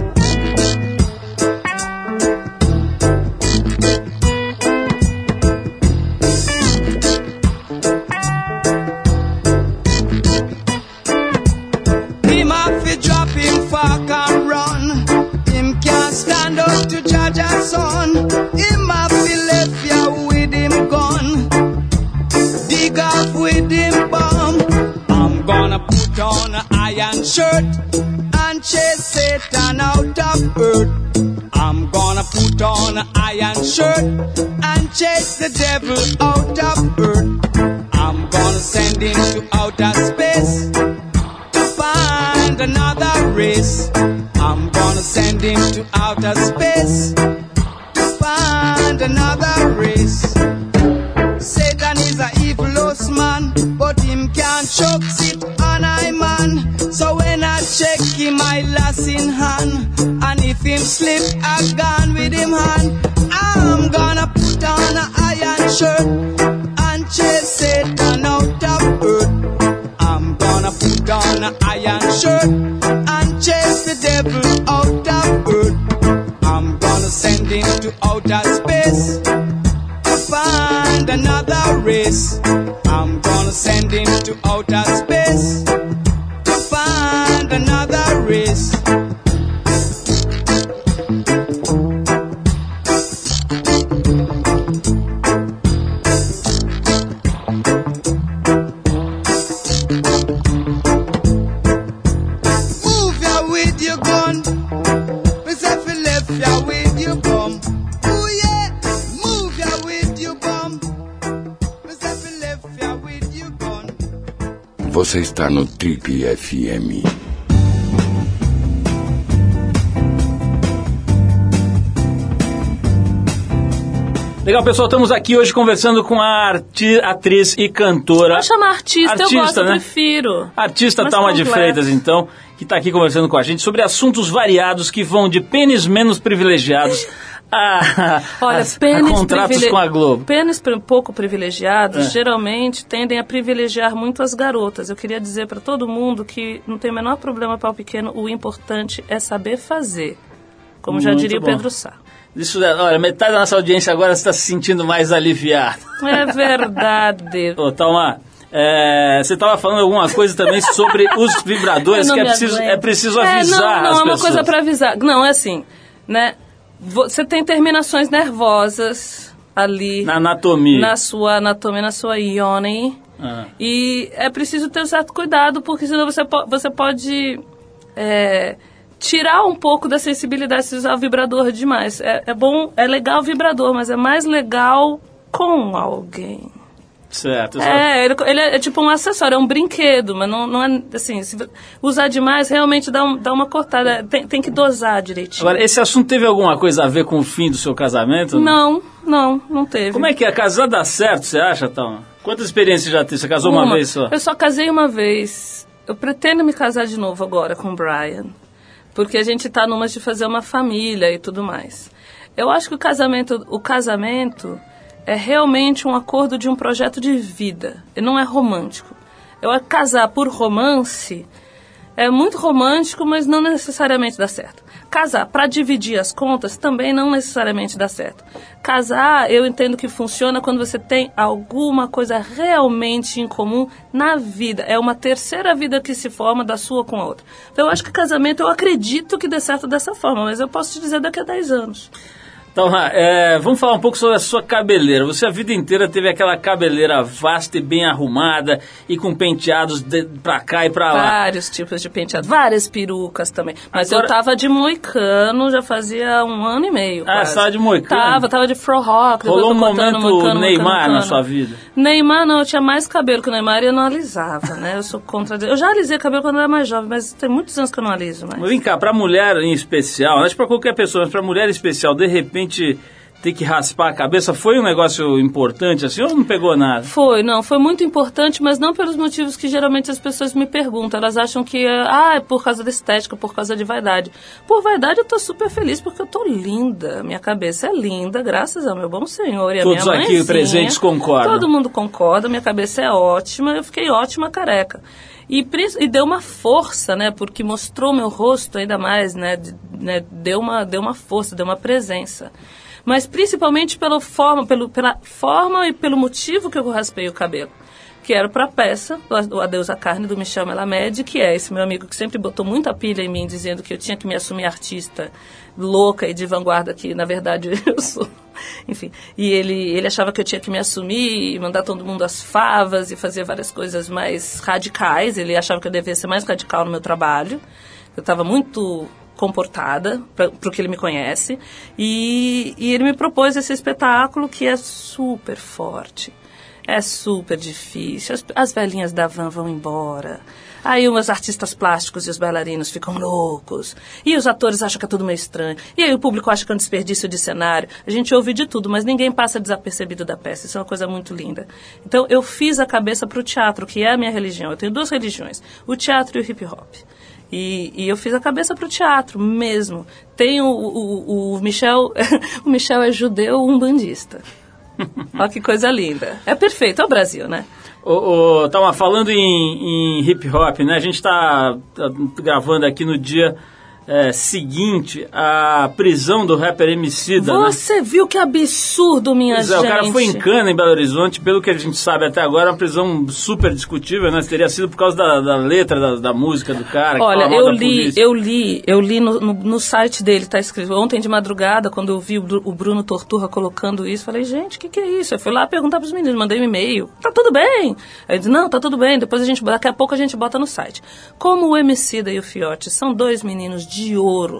Him have to drop him fuck and run. Him can't stand up to judge a son. Him have to left ya with him gun. Dig off with him bomb. I'm gonna put on an iron shirt and chase Satan out of earth. I'm gonna put on an iron shirt and chase the devil out of earth. I'm gonna send him to outer space to find another race. I'm gonna send him to outer space to find another race. Satan is a evilous man, but him can't choke sit on I man. So when I check him, I lass in hand, and if him slip, I gone with him hand. I'm gonna put on an iron shirt and chase Satan out of earth. I'm gonna put on an iron shirt and chase the devil out of earth. I'm gonna send him to outer space to find another race. I'm gonna send him to outer space to find another race. Move ya with your gun. Miss if you left ya with your bum. Ooh yeah, move ya with your bum. Miss if you left ya with your gun. Você está no Trip F M. Legal, pessoal, estamos aqui hoje conversando com a arti- atriz e cantora. Pode chamar artista, Artista, eu gosto, né? eu prefiro. Artista Mais Thalma de completo. Freitas, então, que está aqui conversando com a gente sobre assuntos variados que vão de pênis menos privilegiados a, Olha, a, pênis a contratos privile- com a Globo. Pênis pri- pouco privilegiados É. geralmente tendem a privilegiar muito as garotas. Eu queria dizer para todo mundo que não tem o menor problema para o pequeno, o importante é saber fazer. Como já Muito diria bom. o Pedro Sá. Isso, olha, metade da nossa audiência agora está se sentindo mais aliviada. É verdade. Ô, Thalma, É, você estava falando alguma coisa também sobre os vibradores, que é preciso, é preciso avisar é, não, não, as é uma pessoas. coisa para avisar. Não, é assim, né? Você tem terminações nervosas ali... Na anatomia. Na sua anatomia, na sua yoni. Ah. E é preciso ter um certo cuidado, porque senão você, po- você pode é, tirar um pouco da sensibilidade se usar o vibrador demais. É, é bom, é legal o vibrador, mas é mais legal com alguém. Certo. É, ele, ele é, é tipo um acessório, é um brinquedo, mas não, não é assim, se usar demais realmente dá, um, dá uma cortada, tem, tem que dosar direitinho. Agora, esse assunto teve alguma coisa a ver com o fim do seu casamento? Não, não, não teve. Como é que é? Casar dá certo, você acha, Thalma? Quantas experiências já teve? Você casou uma, uma vez só? Eu só casei uma vez. Eu pretendo me casar de novo agora com o Brian, porque a gente tá numa de fazer uma família e tudo mais. Eu acho que o casamento, o casamento é realmente um acordo de um projeto de vida. E não é romântico. Eu acho que casar por romance é muito romântico, mas não necessariamente dá certo. Casar para dividir as contas também não necessariamente dá certo. Casar, eu entendo que funciona quando você tem alguma coisa realmente em comum na vida. É uma terceira vida que se forma da sua com a outra. Então eu acho que casamento, eu acredito que dê certo dessa forma, mas eu posso te dizer daqui a dez anos. Então, é, vamos falar um pouco sobre a sua cabeleira. Você a vida inteira teve aquela cabeleira vasta e bem arrumada e com penteados de, pra cá e pra lá. Vários tipos de penteado, várias perucas também. Mas Agora... eu tava de moicano já fazia um ano e meio. Ah, quase. você tava de moicano? Tava, tava de fro rock. Rolou um momento moicano, Neymar moicano, na sua vida? Neymar não, eu tinha mais cabelo que o Neymar e eu não alisava, né? Eu sou contra... Eu já alisei cabelo quando eu era mais jovem, mas tem muitos anos que eu não aliso mais. Mas vem cá, pra mulher em especial, não é pra qualquer pessoa, mas pra mulher em especial, de repente... ter que raspar a cabeça, foi um negócio importante assim ou não pegou nada? Foi, não, foi muito importante, mas não pelos motivos que geralmente as pessoas me perguntam. Elas acham que ah, é por causa da estética, por causa de vaidade. Por vaidade eu tô super feliz porque eu tô linda. Minha cabeça é linda, graças ao meu bom senhor e a Todos minha mãezinha. Todos aqui presentes concordam. Todo mundo concorda, minha cabeça é ótima, eu fiquei ótima careca. E, e deu uma força, né, porque mostrou meu rosto ainda mais, né, de, né deu, uma, deu uma força, deu uma presença. Mas principalmente pela forma, pelo, pela forma e pelo motivo que eu raspei o cabelo. Que era para a peça, o Adeus à Carne, do Michel Melamed, que é esse meu amigo que sempre botou muita pilha em mim, dizendo que eu tinha que me assumir artista louca e de vanguarda, que na verdade eu sou. Enfim, e ele, ele achava que eu tinha que me assumir e mandar todo mundo às favas e fazer várias coisas mais radicais. Ele achava que eu devia ser mais radical no meu trabalho. Eu estava muito... comportada, para o que ele me conhece, e, e ele me propôs esse espetáculo que é super forte, é super difícil, as, as velhinhas da van vão embora, aí os artistas plásticos e os bailarinos ficam loucos, e os atores acham que é tudo meio estranho, e aí o público acha que é um desperdício de cenário, a gente ouve de tudo, mas ninguém passa desapercebido da peça, isso é uma coisa muito linda. Então eu fiz a cabeça para o teatro, que é a minha religião, eu tenho duas religiões, o teatro e o hip hop. E, e eu fiz a cabeça para o teatro mesmo. Tem o, o, o Michel, o Michel é judeu umbandista. Olha que coisa linda. É perfeito, é o Brasil, né? Ô, ô, Thalma, falando em, em hip hop, né? A gente está tá gravando aqui no dia é, seguinte à prisão do rapper Emicida. Você né? viu que absurdo, minha pois gente. É, o cara foi em cana, em Belo Horizonte, pelo que a gente sabe até agora, é uma prisão super discutível, né? Teria sido por causa da, da letra da, da música do cara. Olha, que eu da li, polícia. eu li, eu li no, no, no site dele, tá escrito, ontem de madrugada, quando eu vi o, o Bruno Torturra colocando isso, falei, gente, o que, que é isso? Eu fui lá perguntar pros meninos, mandei um e-mail, tá tudo bem? Aí eu disse, não, tá tudo bem, depois a gente, daqui a pouco a gente bota no site. Como o Emicida e o Fiote são dois meninos de ouro,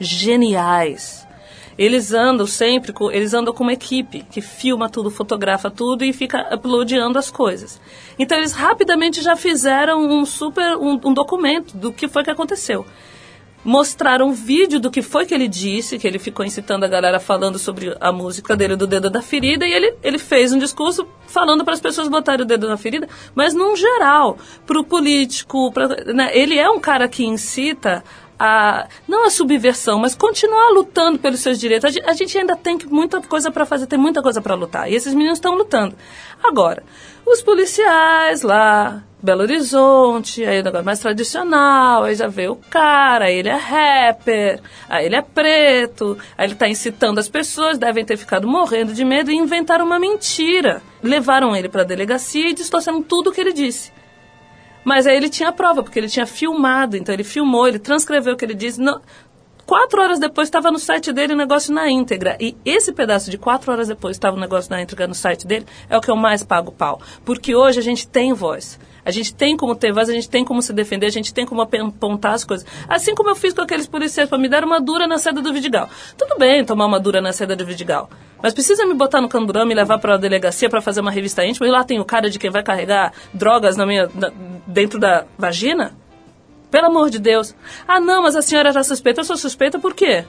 geniais. Eles andam sempre, com, eles andam com uma equipe que filma tudo, fotografa tudo e fica uploadando as coisas. Então eles rapidamente já fizeram um super, um, um documento do que foi que aconteceu. Mostraram um vídeo do que foi que ele disse, que ele ficou incitando a galera falando sobre a música dele do Dedo da Ferida, e ele, ele fez um discurso falando para as pessoas botarem o dedo na ferida, mas num geral, para o político, pra, né, ele é um cara que incita a, não a subversão, mas continuar lutando pelos seus direitos. A gente, a gente ainda tem muita coisa para fazer, tem muita coisa para lutar. E esses meninos estão lutando. Agora, os policiais lá, Belo Horizonte, aí o negócio mais tradicional, aí já veio o cara, aí ele é rapper, aí ele é preto, aí ele tá incitando as pessoas, devem ter ficado morrendo de medo e inventaram uma mentira. Levaram ele pra delegacia e distorceram tudo o que ele disse. Mas aí ele tinha prova, porque ele tinha filmado, então ele filmou, ele transcreveu o que ele disse. Não, quatro horas depois estava no site dele o negócio na íntegra. E esse pedaço de quatro horas depois estava o negócio na íntegra no site dele é o que eu mais pago pau. Porque hoje a gente tem voz. A gente tem como ter voz, a gente tem como se defender, a gente tem como apontar as coisas. Assim como eu fiz com aqueles policiais para me dar uma dura na seda do Vidigal. Tudo bem tomar uma dura na seda do Vidigal, mas precisa me botar no camburão, me levar para a delegacia para fazer uma revista íntima e lá tem o cara de quem vai carregar drogas na minha, na, dentro da vagina? Pelo amor de Deus. Ah, não, mas a senhora já suspeita. Eu sou suspeita por quê?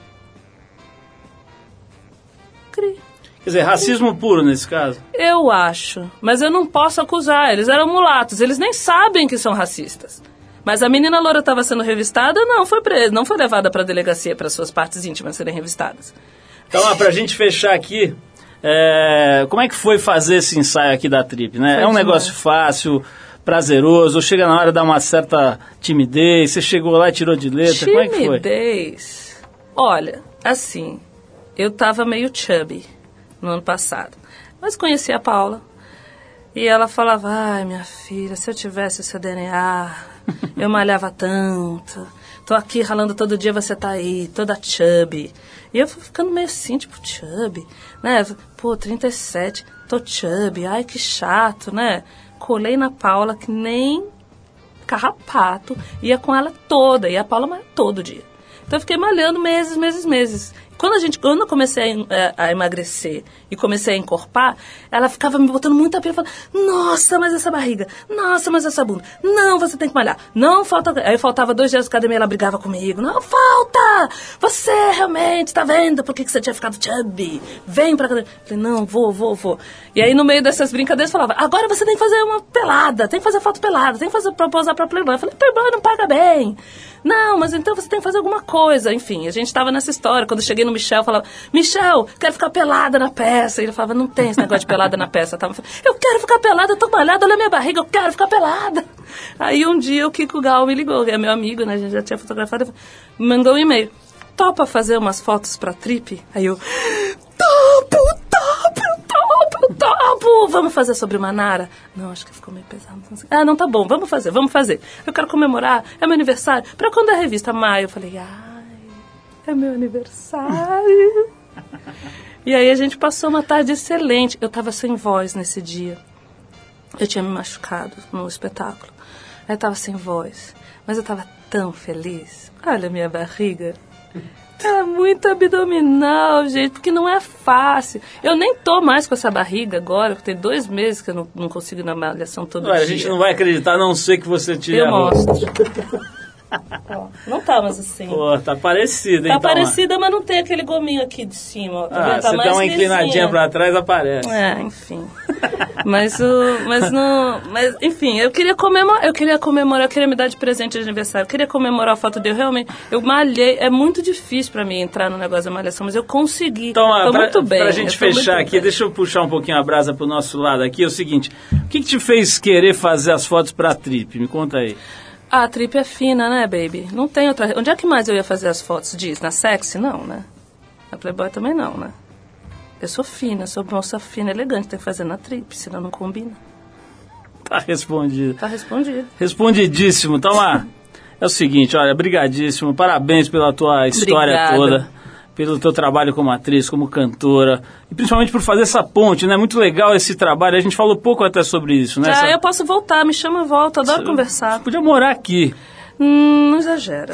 Cri. Quer dizer, racismo puro nesse caso? Eu acho, mas eu não posso acusar. Eles eram mulatos, eles nem sabem que são racistas. Mas a menina loura estava sendo revistada, não foi presa, não foi levada para a delegacia para suas partes íntimas serem revistadas. Então, para a gente fechar aqui, é, como é que foi fazer esse ensaio aqui da Trip, né? Foi é um demais. negócio fácil, prazeroso, ou chega na hora de dar uma certa timidez, você chegou lá e tirou de letra, como é que foi? Timidez? Olha, assim, eu tava meio chubby no ano passado, mas conheci a Paula e ela falava, ai minha filha, se eu tivesse o seu D N A, eu malhava tanto, tô aqui ralando todo dia, você tá aí, toda chubby. E eu fui ficando meio assim, tipo, chubby, né? Pô, trinta e sete, tô chubby, ai que chato, né? Colei na Paula que nem carrapato, ia com ela toda, e a Paula malha todo dia. Então eu fiquei malhando meses, meses, meses. Quando, a gente, quando eu comecei a, a emagrecer e comecei a encorpar, ela ficava me botando muita pena, falando, nossa, mas essa barriga, nossa, mas essa bunda, não, você tem que malhar, não falta... Aí faltava dois dias de academia, ela brigava comigo, não falta, você realmente, tá vendo por que, que você tinha ficado chubby, vem pra academia. Eu falei, não, vou, vou, vou. E aí no meio dessas brincadeiras falava, agora você tem que fazer uma pelada, tem que fazer foto pelada, tem que fazer, posar pra Playboy. Eu falei, Playboy não paga bem. Não, mas então você tem que fazer alguma coisa. Enfim, a gente estava nessa história. Quando eu cheguei no Michel, eu falava, Michel, quero ficar pelada na peça. E ele falava, não tem esse negócio de pelada na peça. Eu, tava, eu quero ficar pelada, eu tô malhada, olha a minha barriga, eu quero ficar pelada. Aí um dia o Kiko Gal me ligou, que é meu amigo, né? A gente já tinha fotografado, me mandou um e-mail. Topa fazer umas fotos pra Trip? Aí eu, topo, topo, topo, topo. Vamos fazer sobre Manara? Não, acho que ficou meio pesado. Ah, não, tá bom, vamos fazer, vamos fazer. Eu quero comemorar, é meu aniversário. Pra quando é a revista? Maio. Eu falei, ai, é meu aniversário. E aí a gente passou uma tarde excelente. Eu tava sem voz nesse dia. Eu tinha me machucado no espetáculo. Aí eu tava sem voz. Mas eu tava tão feliz. Olha a minha barriga. É muito abdominal, gente, porque não é fácil. Eu nem tô mais com essa barriga agora, porque tem dois meses que eu não, não consigo ir na malhação todo Ué, dia. a gente não vai acreditar, a não ser que você tire Eu a roupa. mostro. Ó, não tá mais assim. Pô, tá parecida, hein? Tá Thalma? parecida, mas não tem aquele gominho aqui de cima. Ó. Tá Ah, vendo? Tá você mais dá uma lisinha. inclinadinha pra trás, aparece. É, enfim. Mas o. Mas não. Mas, enfim, eu queria comemorar, eu queria comemorar, eu queria me dar de presente de aniversário, eu queria comemorar a foto dele. Eu realmente. Eu malhei. É muito difícil pra mim entrar no negócio da malhação, mas eu consegui. Então, Tô pra, muito bem. pra gente eu tô muito fechar aqui, bem. deixa eu puxar um pouquinho a brasa pro nosso lado aqui. É o seguinte, o que, que te fez querer fazer as fotos pra Trip? Me conta aí. Ah, a Trip é fina, né, baby? Não tem outra... Onde é que mais eu ia fazer as fotos? Diz, na Sexy? Não, né? Na Playboy também não, né? Eu sou fina, sou moça fina, elegante. Tem que fazer na Trip, senão não combina. Tá respondido. Tá respondido. Respondidíssimo. Thalma, é o seguinte, olha, brigadíssimo. Parabéns pela tua história Obrigada. toda. Pelo teu trabalho como atriz, como cantora. E principalmente por fazer essa ponte, né? Muito legal esse trabalho. A gente falou pouco até sobre isso, né? Já, Essa- eu posso voltar, me chama, volta, adoro conversar. Você podia morar aqui. Hum, não exagera.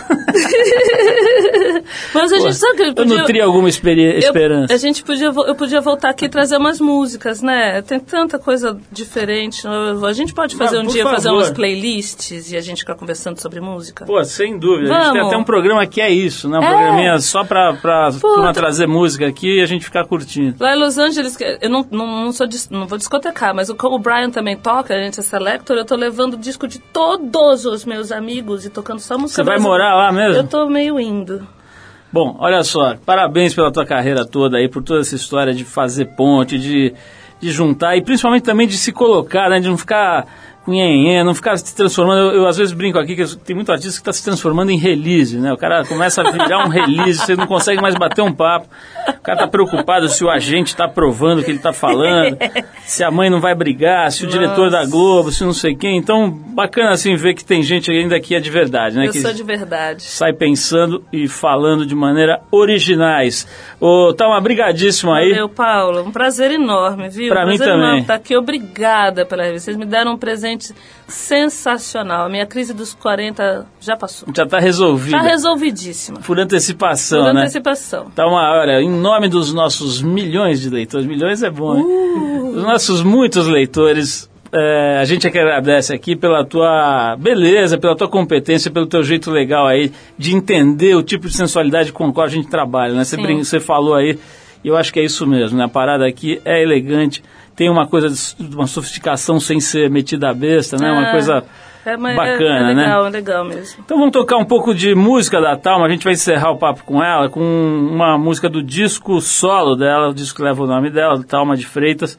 Mas a Pô, gente sabe que eu podia- nutri alguma experi- eu- esperança. a gente podia, vo- eu podia voltar aqui e trazer umas músicas, né? Tem tanta coisa diferente. eu- A gente pode fazer Mas, um por dia, fazer favor. umas playlists e a gente ficar conversando sobre música. Pô, sem dúvida. A gente tem Vamos. até um programa que é isso, né? Um É. programinha só pra, pra Pô, turma tá- trazer música aqui e a gente ficar curtindo. Lá em Los Angeles, que- eu não, não, não, sou dis- não vou discotecar, mas o, como o Brian também toca, a gente é selector, eu tô levando o disco de todos os meus amigos e tocando só música Você vai brasileira. morar lá mesmo? Eu tô meio indo. Bom, olha só, parabéns pela tua carreira toda aí, por toda essa história de fazer ponte, de, de juntar e principalmente também de se colocar, né? De não ficar nhenhen, não ficar se transformando. Eu, eu às vezes brinco aqui que tem muito artista que está se transformando em release, né? O cara começa a virar um release, você não consegue mais bater um papo. O cara está preocupado se o agente está aprovando o que ele está falando, se a mãe não vai brigar, se o Nossa. diretor da Globo, se não sei quem. Então, bacana assim ver que tem gente ainda que é de verdade, né? Eu que sou de verdade. Sai pensando e falando de maneira originais. Ô, Thalma, brigadíssimo aí. Valeu, Paulo. Um prazer enorme, viu? Pra um mim prazer também. Enorme estar aqui. Obrigada pela revista. Vocês me deram um presente sensacional. A minha crise dos quarenta já passou. Já está resolvida. Já resolvidíssima. Por antecipação, Por né? Por antecipação. Tá uma hora, em nome dos nossos milhões de leitores, milhões é bom, uh. Os nossos muitos leitores, é, a gente é que agradece aqui pela tua beleza, pela tua competência, pelo teu jeito legal aí de entender o tipo de sensualidade com a qual a gente trabalha, né? Você, brin- você falou aí, e eu acho que é isso mesmo, né? A parada aqui é elegante, tem uma coisa de uma sofisticação sem ser metida a besta, né? Uma ah, coisa é, mas bacana, é, é legal, né? É legal mesmo. Então vamos tocar um pouco de música da Thalma, a gente vai encerrar o papo com ela, com uma música do disco solo dela, o disco que leva o nome dela, Thalma de Freitas,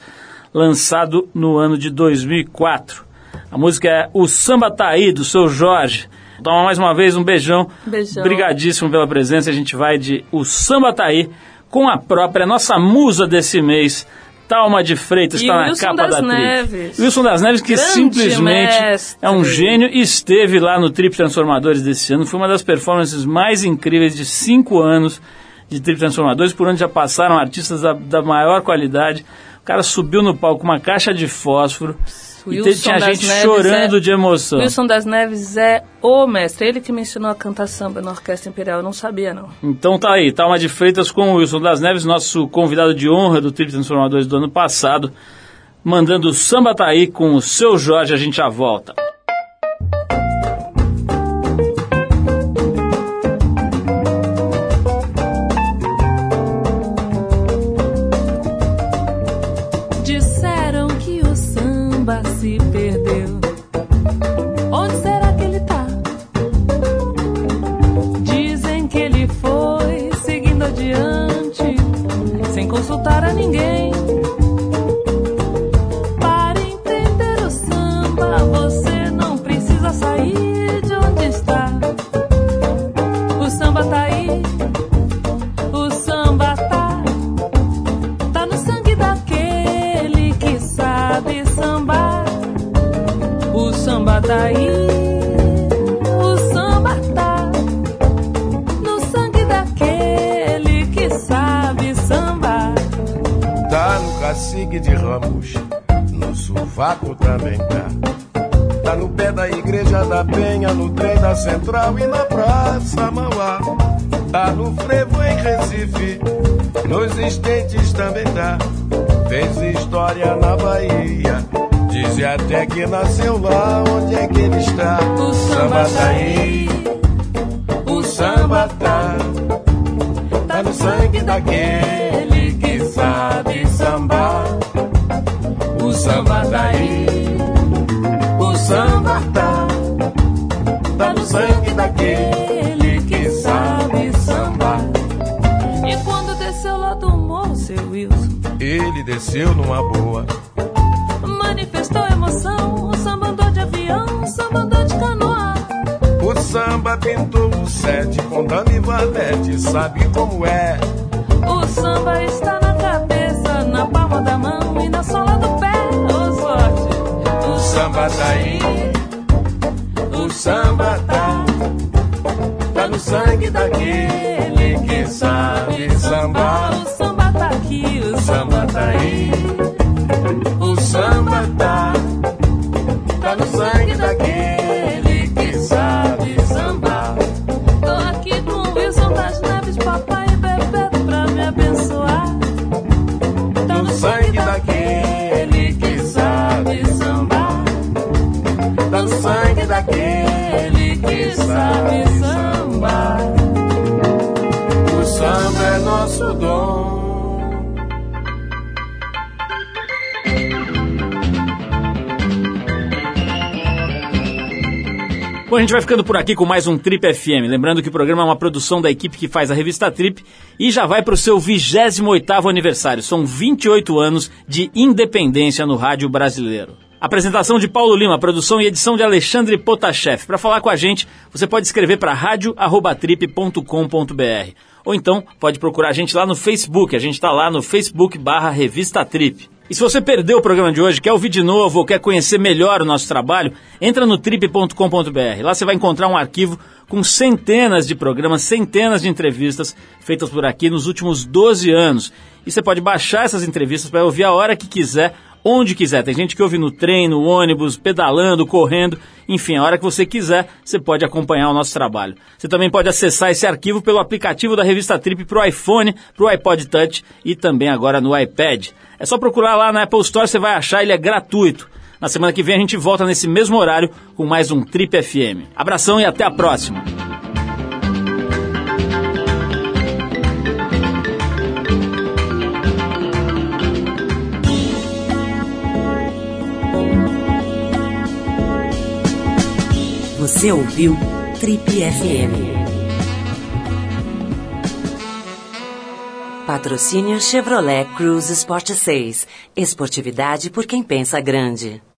lançado no ano de dois mil e quatro. A música é O Samba Tá Aí, do Seu Jorge. Thalma, mais uma vez, um beijão. Beijão. Obrigadíssimo pela presença, a gente vai de O Samba Tá Aí, com a própria, nossa musa desse mês, Thalma de Freitas, está na capa da Trip. Wilson das Neves, que Grande simplesmente mestre. é um gênio e esteve lá no Trip Transformadores desse ano. Foi uma das performances mais incríveis de cinco anos de Trip Transformadores, por onde já passaram artistas da, da maior qualidade. O cara subiu no palco com uma caixa de fósforo Wilson e tinha gente Neves chorando é, de emoção. Wilson das Neves é o mestre, ele que me ensinou a cantar samba na Orquestra Imperial, eu não sabia não. Então tá aí, Thalma de Freitas com o Wilson das Neves, nosso convidado de honra do Trip Transformadores do ano passado, mandando o Samba Tá Aí com o Seu Jorge, a gente já volta. Disseram que o samba se perdeu. Onde será que ele tá? Dizem que ele foi seguindo adiante, sem consultar a ninguém. Para entender o samba, você não precisa sair de onde está. O samba tá aí, o samba tá, tá no sangue daquele que sabe sambar. O samba tá aí, o samba tá no sangue daquele que sabe sambar. Tá no cacique de Ramos, no sovaco também tá. Tá no pé da igreja da Penha, no trem da Central e na Praça Mauá. Tá no frevo em Recife, nos estentes também tá. Fez história na Bahia, dizem até que nasceu lá, onde é que ele está? O samba tá aí, o samba tá, tá no sangue daquele que sabe sambar. O samba tá aí, o samba tá, tá no sangue daquele que sabe sambar. E quando desceu lá do morro, seu Wilson, ele desceu numa boa, manifestou emoção. O samba andou de avião, o samba andou de canoa. o samba pintou o sete com dama e valete, sabe como é? O samba está na cabeça, na palma da mão e na sola do pé. Ô sorte, O samba tá aí, o samba tá, tá no sangue daquele que sabe sambar. o samba tá aqui, o O samba tá aí, o samba tá, tá no sangue daquele que sabe sambar. Tô aqui com o Wilson das Neves, papai e Bebeto pra me abençoar. Tá No sangue daquele que sabe sambar, tá no sangue daquele que sabe sambar. O samba é nosso dom. Bom, a gente vai ficando por aqui com mais um Trip F M. Lembrando que o programa é uma produção da equipe que faz a revista Trip e já vai para o seu vigésimo oitavo aniversário. São vinte e oito anos de independência no rádio brasileiro. Apresentação de Paulo Lima, produção e edição de Alexandre Potashev. Para falar com a gente, você pode escrever para rádio arroba trip ponto com ponto b r. Ou então, pode procurar a gente lá no Facebook. A gente está lá no Facebook barra Revista Trip. E se você perdeu o programa de hoje, quer ouvir de novo ou quer conhecer melhor o nosso trabalho, entra no trip ponto com ponto b r. Lá você vai encontrar um arquivo com centenas de programas, centenas de entrevistas feitas por aqui nos últimos doze anos. E você pode baixar essas entrevistas para ouvir a hora que quiser, onde quiser. Tem gente que ouve no trem, no ônibus, pedalando, correndo, enfim, a hora que você quiser, você pode acompanhar o nosso trabalho. Você também pode acessar esse arquivo pelo aplicativo da Revista Trip para o iPhone, para o iPod Touch e também agora no iPad. É só procurar lá na Apple Store, você vai achar, ele é gratuito. Na semana que vem a gente volta nesse mesmo horário com mais um Trip F M. Abração e até a próxima! Você ouviu Trip F M. Patrocínio Chevrolet Cruze Sport seis. Esportividade por quem pensa grande.